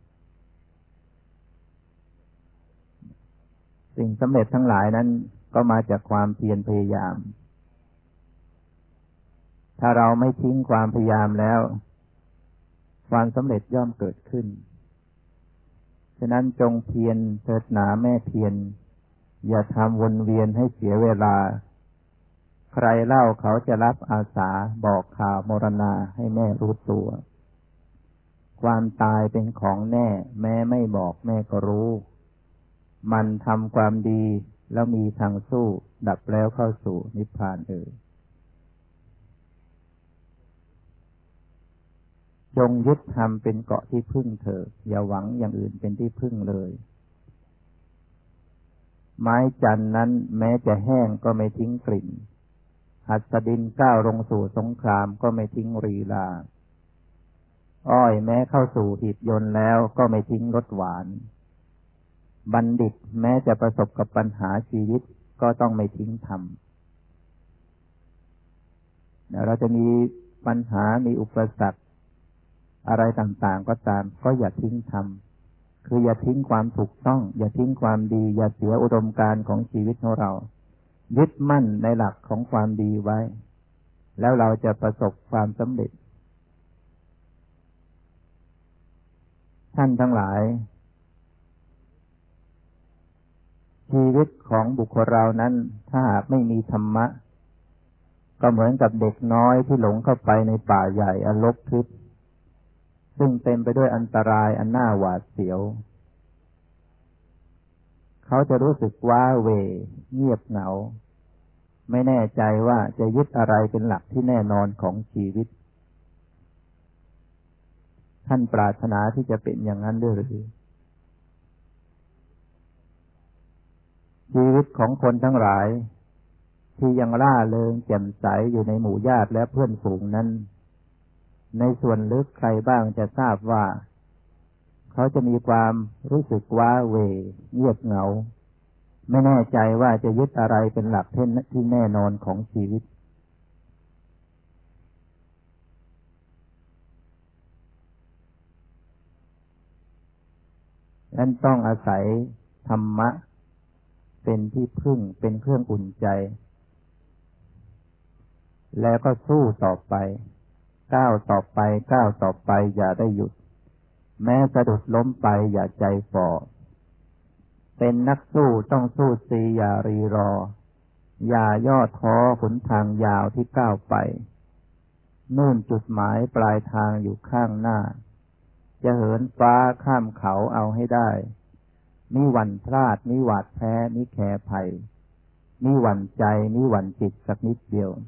สิ่งสำเร็จทั้งหลายนั้นก็มาจากความเพียรพยายามถ้าเราไม่ทิ้งความพยายามแล้วความสำเร็จย่อมเกิดขึ้นฉะนั้นจงเพียรเถิดหนาแม่เพียรอย่าทำวนเวียนให้เสียเวลาใครเล่าเขาจะรับอาสาบอกข่าวมรณาให้แม่รู้ตัวความตายเป็นของแน่แม้ไม่บอกแม่ก็รู้มันทำความดีแล้วมีทางสู้ดับแล้วเข้าสู่นิพพานเอ่ยจงยึดธรรมเป็นเกาะที่พึ่งเถิดอย่าหวังอย่างอื่นเป็นที่พึ่งเลยไม้จันนั้นแม้จะแห้งก็ไม่ทิ้งกลิ่นหัสดินก้าวลงสู่สงครามก็ไม่ทิ้งรีลาอ้อยแม้เข้าสู่หีบยนต์แล้วก็ไม่ทิ้งรสหวานบัณฑิตแม้จะประสบกับปัญหาชีวิตก็ต้องไม่ทิ้งธรรมเราจะมีปัญหามีอุปสรรคอะไรต่างๆก็ตามก็อย่าทิ้งธรรมคืออย่าทิ้งความถูกต้องอย่าทิ้งความดีอย่าเสียอุดมการณ์ของชีวิตของเรายึดมั่นในหลักของความดีไว้แล้วเราจะประสบความสำเร็จท่านทั้งหลายชีวิตของบุคคลเรานั้นถ้าหากไม่มีธรรมะก็เหมือนกับเด็กน้อยที่หลงเข้าไปในป่าใหญ่อันรกทึบซึ่งเต็มไปด้วยอันตรายอันน่าหวาดเสียวเขาจะรู้สึกว้าเหวเงียบเหงาไม่แน่ใจว่าจะยึดอะไรเป็นหลักที่แน่นอนของชีวิตท่านปรารถนาที่จะเป็นอย่างนั้นด้วยหรือชีวิตของคนทั้งหลายที่ยังร่าเริงแจ่มใสอยู่ในหมู่ญาติและเพื่อนฝูงนั้นในส่วนลึกใครบ้างจะทราบว่าเขาจะมีความรู้สึกว้าเหวเงียบเหงาไม่แน่ใจว่าจะยึดอะไรเป็นหลักที่แน่นอนของชีวิตนั่นต้องอาศัยธรรมะเป็นที่พึ่งเป็นเครื่องอุ่นใจแล้วก็สู้ต่อไปก้าวต่อไปก้าวต่อไปอย่าได้หยุดแม้สะดุดล้มไปอย่าใจฝ่อเป็นนักสู้ต้องสู้สีอย่ารีรออย่าย่อท้อหนทางยาวที่ก้าวไปนู่นจุดหมายปลายทางอยู่ข้างหน้าจะเหินฟ้าข้ามเขาเอาให้ได้มิหวั่นพลาดมิหวาดแพ้มิแคร์ภัยมิหวั่นใจมิหวั่นจิตสักนิดเดียว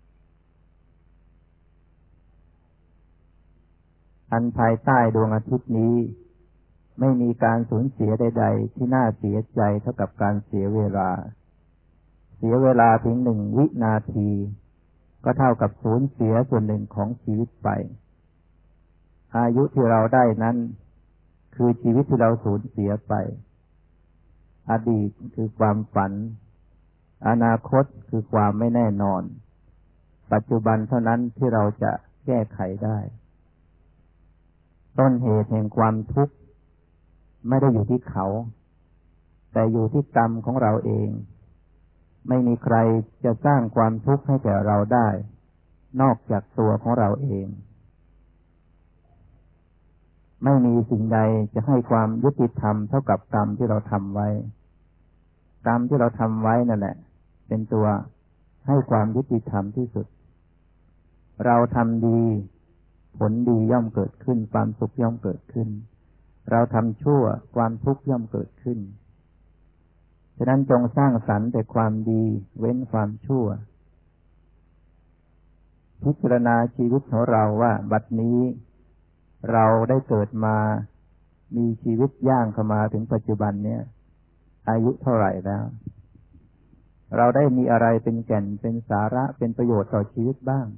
อันภายใต้ดวงอาทิตย์นี้ไม่มีการสูญเสียใดๆที่น่าเสียใจเท่ากับการเสียเวลาเสียเวลาเพียงหนึ่งวินาทีก็เท่ากับสูญเสียส่วนหนึ่งของชีวิตไปอายุที่เราได้นั้นคือชีวิตที่เราสูญเสียไปอดีตคือความฝันอนาคตคือความไม่แน่นอนปัจจุบันเท่านั้นที่เราจะแก้ไขได้ต้นเหตุแห่งความทุกข์ไม่ได้อยู่ที่เขาแต่อยู่ที่กรรมของเราเองไม่มีใครจะสร้างความทุกข์ให้แก่เราได้นอกจากตัวของเราเองไม่มีสิ่งใดจะให้ความยุติธรรมเท่ากับกรรมที่เราทำไว้กรรมที่เราทำไว้นั่นแหละเป็นตัวให้ความยุติธรรมที่สุดเราทำดีผลดีย่อมเกิดขึ้นความสุขย่อมเกิดขึ้นเราทำชั่วความทุกข์ย่อมเกิดขึ้นฉะนั้นจงสร้างสรรค์แต่ความดีเว้นความชั่วพิจารณาชีวิตของเราว่าบัดนี้เราได้เกิดมามีชีวิตย่างเข้ามาถึงปัจจุบันเนี่ยอายุเท่าไหร่แล้วเราได้มีอะไรเป็นแก่นเป็นสาระเป็นประโยชน์ต่อชีวิตบ้าง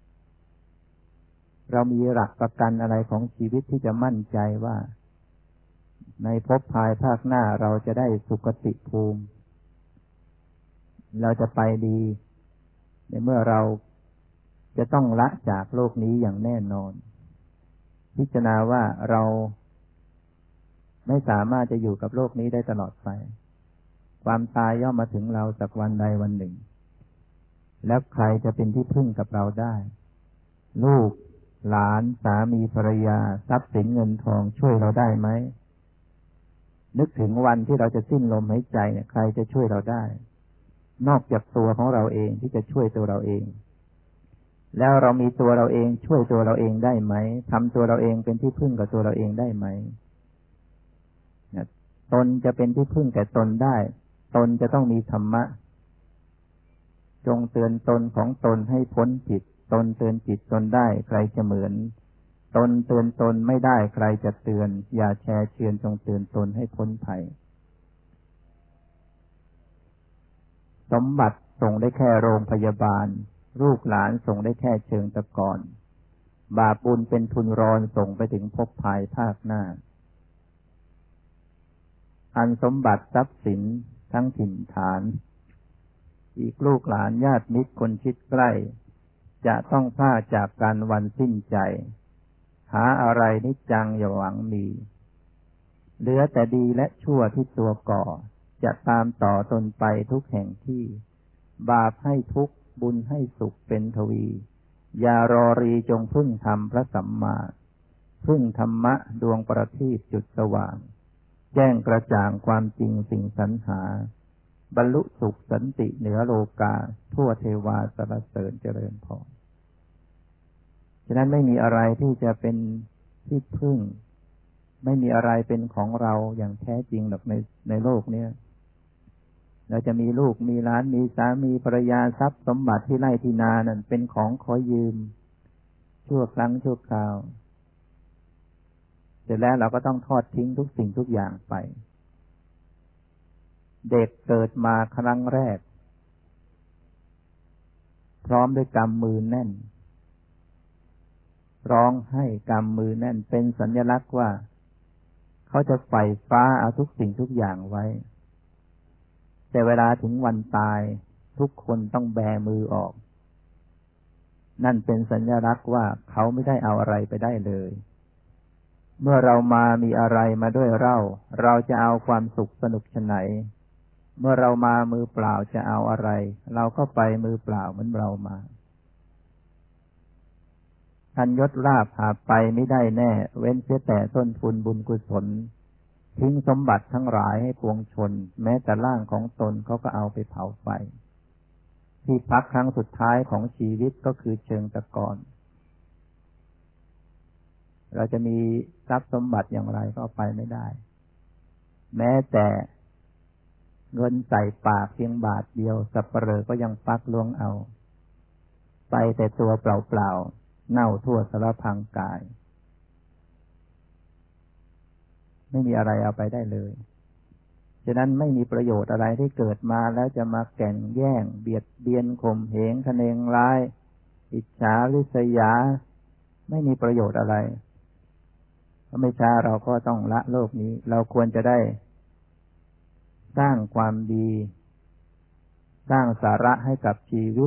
เรามีหลักประกันอะไรของชีวิตที่จะมั่นใจว่าในภพภายภาคหน้าเราจะได้สุคติภูมิเราจะไปดีในเมื่อเราจะต้องละจากโลกนี้อย่างแน่นอนพิจารณาว่าเราไม่สามารถจะอยู่กับโลกนี้ได้ตลอดไปความตายย่อมมาถึงเราสักวันใดวันหนึ่งแล้วใครจะเป็นที่พึ่งกับเราได้ลูกหลานสามีภรรยาทรัพย์สินเงินทองช่วยเราได้ไหมนึกถึงวันที่เราจะสิ้นลมหายใจเนี่ยใครจะช่วยเราได้นอกจากตัวของเราเองที่จะช่วยตัวเราเองแล้วเรามีตัวเราเองช่วยตัวเราเองได้ไหมทำตัวเราเองเป็นที่พึ่งกับตัวเราเองได้ไหมตนจะเป็นที่พึ่งแก่ตนได้ตนจะต้องมีธรรมะจงเตือนตนของตนให้พ้นผิดตนเตือนจิตตนได้ใครจะเหมือนตนเตือนตนไม่ได้ใครจะเตือนอย่าแชร์เชือนจงเตือนตนให้พ้นภัยสมบัติส่งได้แค่โรงพยาบาลลูกหลานส่งได้แค่เชิงตะกอนบาปบุญเป็นทุนรอนส่งไปถึงภพภายภาคหน้าอันสมบัติทรัพย์สินทั้งถิ่นฐานอีกลูกหลานญาติมิตรคนชิดใกล้จะต้องพลาดจากกันวันสิ้นใจหาอะไรนิจจังอย่าหวังมีเหลือแต่ดีและชั่วที่ตัวก่อจะตามต่อตนไปทุกแห่งที่บาปให้ทุกข์บุญให้สุขเป็นทวีอย่ารอรีจงพึ่งธรรมพระสัมมาพึ่งธรรมะดวงประทีปจุดสว่างแจ้งกระจ่างความจริงสิ่งสรรหาบรรลุสุขสันติเหนือโลกาทั่วเทวาสรรเสริญเจริญพรฉะนั้นไม่มีอะไรที่จะเป็นที่พึ่งไม่มีอะไรเป็นของเราอย่างแท้จริงหรอกในในโลกนี้เราจะมีลูกมีหลานมีสามีภรรยาทรัพย์สมบัติที่ไร่ที่นานั่นเป็นของขอยืมชั่วครั้งชั่วคราวเสร็จแล้วเราก็ต้องทอดทิ้งทุกสิ่งทุกอย่างไปเด็กเกิดมาครั้งแรกพร้อมด้วยกำมือแน่นร้องให้กำมือแน่นเป็นสัญลักษณ์ว่าเขาจะใฝ่ฟ้าเอาทุกสิ่งทุกอย่างไว้แต่เวลาถึงวันตายทุกคนต้องแบมือออกนั่นเป็นสัญลักษณ์ว่าเขาไม่ได้เอาอะไรไปได้เลยเมื่อเรามามีอะไรมาด้วยเราเราจะเอาความสุขสนุกไฉนเมื่อเรามามือเปล่าจะเอาอะไรเราก็ไปมือเปล่าเหมือนเรามาทันยศลาภหาไปไม่ได้แน่เว้นเสียแต่ต้นทุนบุญกุศลทิ้งสมบัติทั้งหลายให้ปวงชนแม้แต่ร่างของตนเขาก็เอาไปเผาไฟที่พักครั้งสุดท้ายของชีวิตก็คือเชิงตะกอนเราจะมีทรัพย์สมบัติอย่างไรก็เอาไปไม่ได้แม้แต่เงินใส่ปากเพียงบาทเดียวสัปเหร่อก็ยังปักล้วงเอาไปแต่ตัวเปล่าๆเน่าทั่วสารพังกายไม่มีอะไรเอาไปได้เลยฉะนั้นไม่มีประโยชน์อะไรที่เกิดมาแล้วจะมาแก่งแย่งเบียดเบียนข่มเหงคะเนงร้ายอิจฉาริษยาไม่มีประโยชน์อะไรไม่ช้าเราก็ต้องละโลกนี้เราควรจะได้สร้างความดีสร้างสาระให้กับชีวิต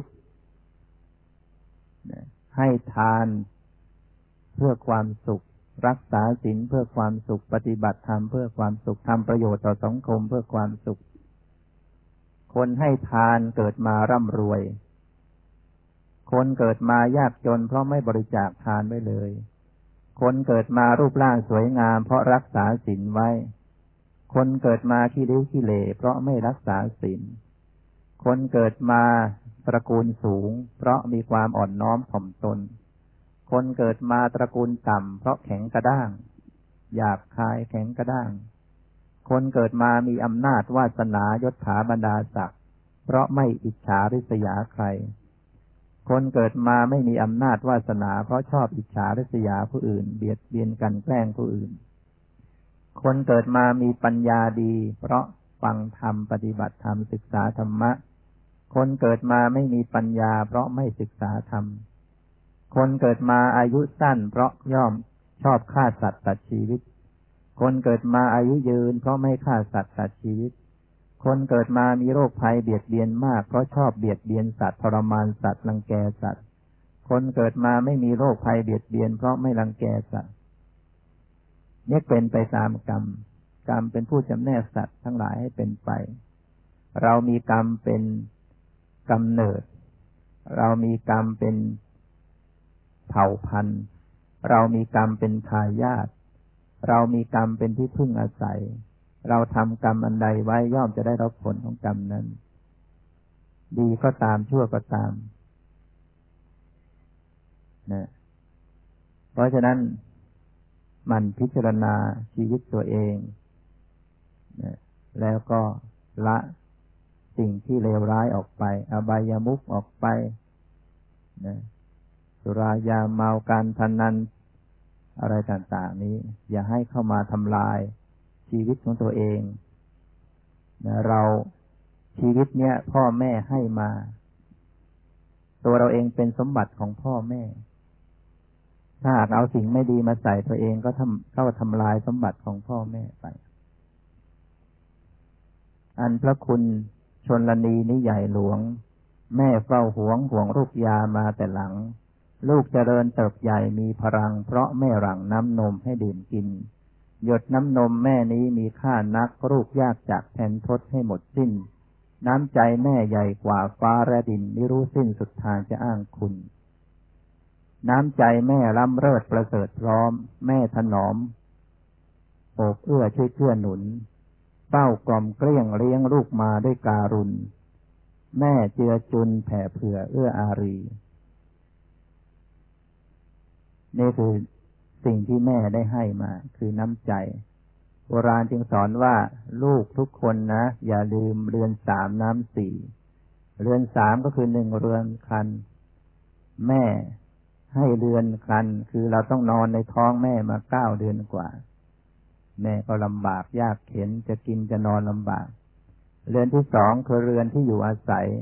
ให้ทานเพื่อความสุขรักษาศีลเพื่อความสุขปฏิบัติธรรมเพื่อความสุขทำประโยชน์ต่อสังคมเพื่อความสุขคนให้ทานเกิดมาร่ำรวยคนเกิดมายากจนเพราะไม่บริจาคทานไว้เลยคนเกิดมารูปร่างสวยงามเพราะรักษาศีลไว้คนเกิดมาขี้ริ้วขี้เหร่เพราะไม่รักษาศีลคนเกิดมาตระกูลสูงเพราะมีความอ่อนน้อมถ่อมตนคนเกิดมาตระกูลต่ำเพราะแข็งกระด้างหยาบคายแข็งกระด้างคนเกิดมามีอำนาจวาสนายศถาบรรดาศักดิ์เพราะไม่อิจฉาริษยาใครคนเกิดมาไม่มีอำนาจวาสนาเพราะชอบอิจฉาริษยาผู้อื่นเบียดเบียนกันแกล้งผู้อื่นคนเกิดมามีปัญญาดีเพราะฟังธรรมปฏิบัติธรรมศึกษาธรรมะคนเกิดมาไม่มีปัญญาเพราะไม่ศึกษาธรรมคนเกิดมาอายุสั้นเพราะย่อมชอบฆ่าสัตว์ตัดชีวิตคนเกิดมาอายุยืนเพราะไม่ฆ่าสัตว์ตัดชีวิตคนเกิดมามีโรคภัยเบียดเบียนมากเพราะชอบเบียดเบียนสัตว์ทรมานสัตว์รังแกสัตว์คนเกิดมาไม่มีโรคภัยเบียดเบียนเพราะไม่รังแกสัตว์นี่เป็นไปตามกรรมกรรมเป็นผู้จำแนกสัตว์ทั้งหลายให้เป็นไปเรามีกรรมเป็นกำเนิดเรามีกรรมเป็นเผ่าพันธุ์เรามีกรรมเป็นทายาทเรามีกรรมเป็นที่พึ่งอาศัยเราทำกรรมอันใดไว้ย่อมจะได้รับผลของกรรมนั้นดีก็ตามชั่วก็ตามนะเพราะฉะนั้นมันพิจารณาชีวิตตัวเองนะแล้วก็ละสิ่งที่เลวร้ายออกไปอบายามุขออกไปนะสุรายาเมาการพนันอะไรต่างๆนี้อย่าให้เข้ามาทำลายชีวิตของตัวเองนะเราชีวิตเนี้ยพ่อแม่ให้มาตัวเราเองเป็นสมบัติของพ่อแม่ถ้าหากเอาสิ่งไม่ดีมาใส่ตัวเองก็ทำเข้าทำลายสมบัติของพ่อแม่ไปอันพระคุณชนลนีนิใหญ่หลวงแม่เฝ้าหวงห่วงลูกยามาแต่หลังลูกเจริญเติบใหญ่มีพลังเพราะแม่หลั่งน้ำนมให้ดื่มกินหยดน้ำนมแม่นี้มีค่านักลูกยากจากแทนทดให้หมดสิ้นน้ำใจแม่ใหญ่กว่าฟ้าและดินไม่รู้สิ้นสุดทางจะอ้างคุณน้ำใจแม่ล้ำเลิศประเสริฐพร้อมแม่ถนอมโอบเอื้อช่วยเกื้อหนุนเฝ้ากล่อมเกลี้ยงเลี้ยงลูกมาด้วยการุณแม่เจือจุนแผ่เผื่อเอื้ออารีนี่คือสิ่งที่แม่ได้ให้มาคือน้ำใจโบราณจึงสอนว่าลูกทุกคนนะอย่าลืมเรือนสามน้ำสี่เรือนสามก็คือหนึ่งเรือนคันแม่ให้เรือนคันคือเราต้องนอนในท้องแม่มาเก้าเดือนกว่าแม่ก็ลำบากยากเข็ญจะกินจะนอนลำบากเรือนที่สองคือเรือนที่อยู่อาศัย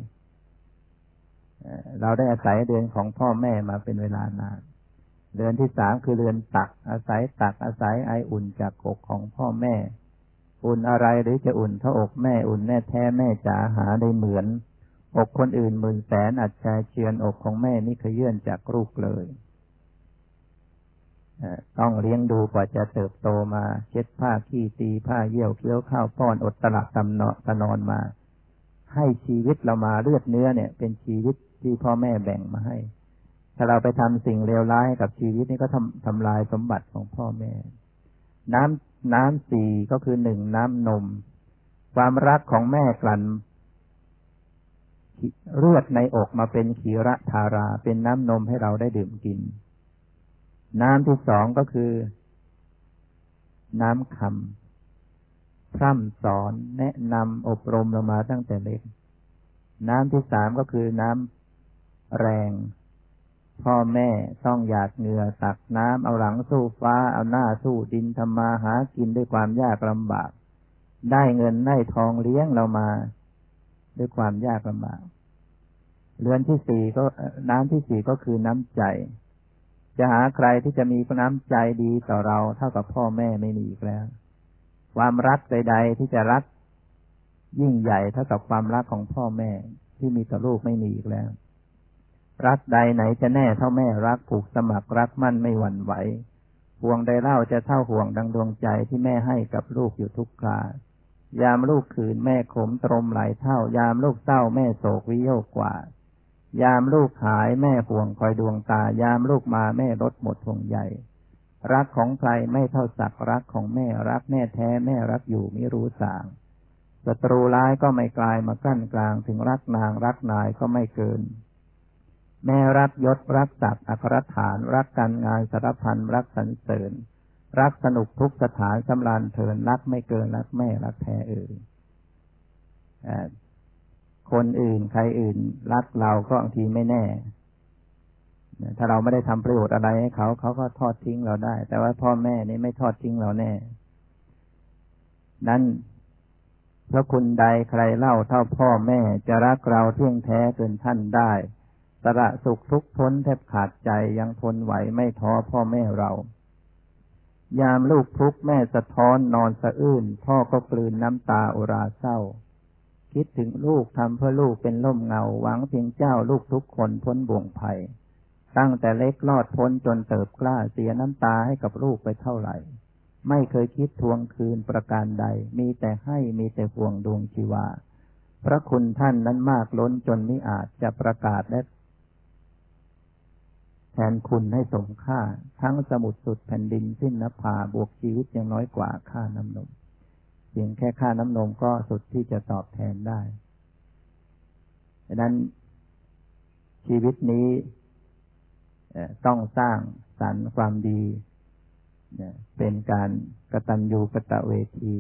เราได้อาศัยเรือนของพ่อแม่มาเป็นเวลานานเรือนที่สามคือเรือนตักอาศัยตักอาศัยไออุ่นจากอกของพ่อแม่อุ่นอะไรหรือจะอุ่นเท่าอกแม่อุ่นแน่แท้แม่จ๋าหาได้เหมือนอกคนอื่นหมื่นแสนอัดแชเชือนอกของแม่นี่ขยื่นจากลูกเลยต้องเลี้ยงดูกว่าจะเติบโตมาเช็ดผ้าขี้ตีผ้าเยี่ยวเคี้ยวข้าวป้อนอดตลับตำเนาะตะนอนมาให้ชีวิตเรามาเลือดเนื้อเนี่ยเป็นชีวิตที่พ่อแม่แบ่งมาให้ถ้าเราไปทำสิ่งเลวร้ายกับชีวิตนี่ก็ทำทำลายสมบัติของพ่อแม่น้ำน้ำสี่ก็คือหนึ่งน้ำนมความรักของแม่กลั่นเลือดในอกมาเป็นขีรธาราเป็นน้ำนมให้เราได้ดื่มกินน้ำที่สองก็คือน้ำคำพร่ำสอนแนะนำอบรมเรามาตั้งแต่เล็กน้ำที่สามก็คือน้ำแรงพ่อแม่ต้องหยาดเหงื่อตักน้ำเอาหลังสู้ฟ้าเอาหน้าสู้ดินทำมาหากินด้วยความยากลำบากได้เงินได้ทองเลี้ยงเรามาด้วยความยากลำบากเรือนที่สี่ก็น้ำที่สี่ก็คือน้ำใจจะหาใครที่จะมีน้ำใจดีต่อเราเท่ากับพ่อแม่ไม่มีอีกแล้วความรักใดๆที่จะรักยิ่งใหญ่เท่ากับความรักของพ่อแม่ที่มีต่อลูกไม่มีอีกแล้วรักใดไหนจะแน่เท่าแม่รักผูกสมัครรักมั่นไม่หวั่นไหวห่วงใดเล่าจะเท่าห่วงดังดวงใจที่แม่ให้กับลูกอยู่ทุกครายามลูกขืนแม่ขมตรมหลายเท่ายามลูกเศร้าแม่โศกวิโยกกว่ายามลูกหายแม่ห่วงคอยดวงตายามลูกมาแม่ลดหมดห่วงใยรักของใครไม่เท่าศักดิ์รักของแม่รักแม่แท้แม่รักอยู่ไม่รู้สางศัตรูร้ายก็ไม่กลายมากั้นกลางถึงรักนางรักนายก็ไม่เกินแม่รักยศรักศักดิ์อัครฐานรักการงานสารพันรักสรรเสริญรักสนุกทุกสถานสำราญเถินรักไม่เกินรักแม่รักแท้เอ่ยคนอื่นใครอื่นรักเราก็บางทีไม่แน่ถ้าเราไม่ได้ทำประโยชน์อะไรให้เขาเขาก็ทอดทิ้งเราได้แต่ว่าพ่อแม่นี่ไม่ทอดทิ้งเราแน่นั้นพระคุณใดใครเล่าเท่าพ่อแม่จะรักเราเที่ยงแท้เกินท่านได้สละสุขทุกข์ทนแทบขาดใจยังทนไหวไม่ท้อพ่อแม่เรายามลูกทุกข์แม่สะท้อนนอนสะอื้นพ่อก็กลืนน้ำตาอุราเศร้าคิดถึงลูกทำเพื่อลูกเป็นร่มเงาหวังเพียงเจ้าลูกทุกคนพ้นบ่วงภัยตั้งแต่เล็กรอดพ้นจนเติบกล้าเสียน้ำตาให้กับลูกไปเท่าไหร่ไม่เคยคิดทวงคืนประการใดมีแต่ให้มีแต่ห่วงดวงชีวาพระคุณท่านนั้นมากล้นจนมิอาจจะประกาศและแทนคุณให้สมค่าทั้งสมุทรสุดแผ่นดินสิ้นนภาบวกชีวิตยังน้อยกว่าค่าน้ำนมเพียงแค่ค่าน้ำนมก็สุดที่จะตอบแทนได้ดังนั้นชีวิตนี้ต้องสร้างสรรค์ความดีเป็นการกตัญญูกตเวที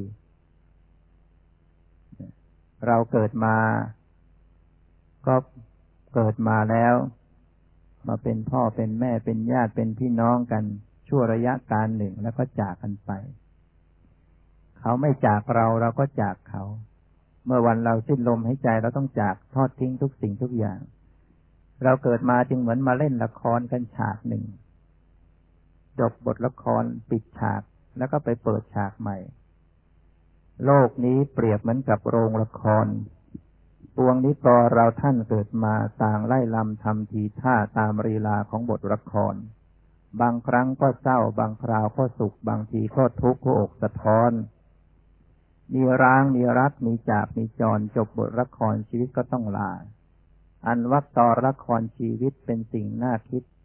เราเกิดมาก็เกิดมาแล้วมาเป็นพ่อเป็นแม่เป็นญาติเป็นพี่น้องกันชั่วระยะการหนึ่งแล้วก็จากกันไปเขาไม่จากเราเราก็จากเขาเมื่อวันเราสิ้นลมหายใจเราต้องจากทอดทิ้งทุกสิ่งทุกอย่างเราเกิดมาจึงเหมือนมาเล่นละครกันฉากหนึ่งจบบทละครปิดฉากแล้วก็ไปเปิดฉากใหม่โลกนี้เปรียบเหมือนกับโรงละครปวงนี้ก็เราท่านเกิดมาต่างไล่ลำทำทีท่าตามลีลาของบทละครบางครั้งก็เศร้าบางคราวก็สุขบางทีก็ทุกข์หัวอกสะท้อนมีร้างมีรักมีจากมีจรจบบทละครชีวิตก็ต้องลาอันวักต่อละครชีวิตเป็นสิ่งน่าคิด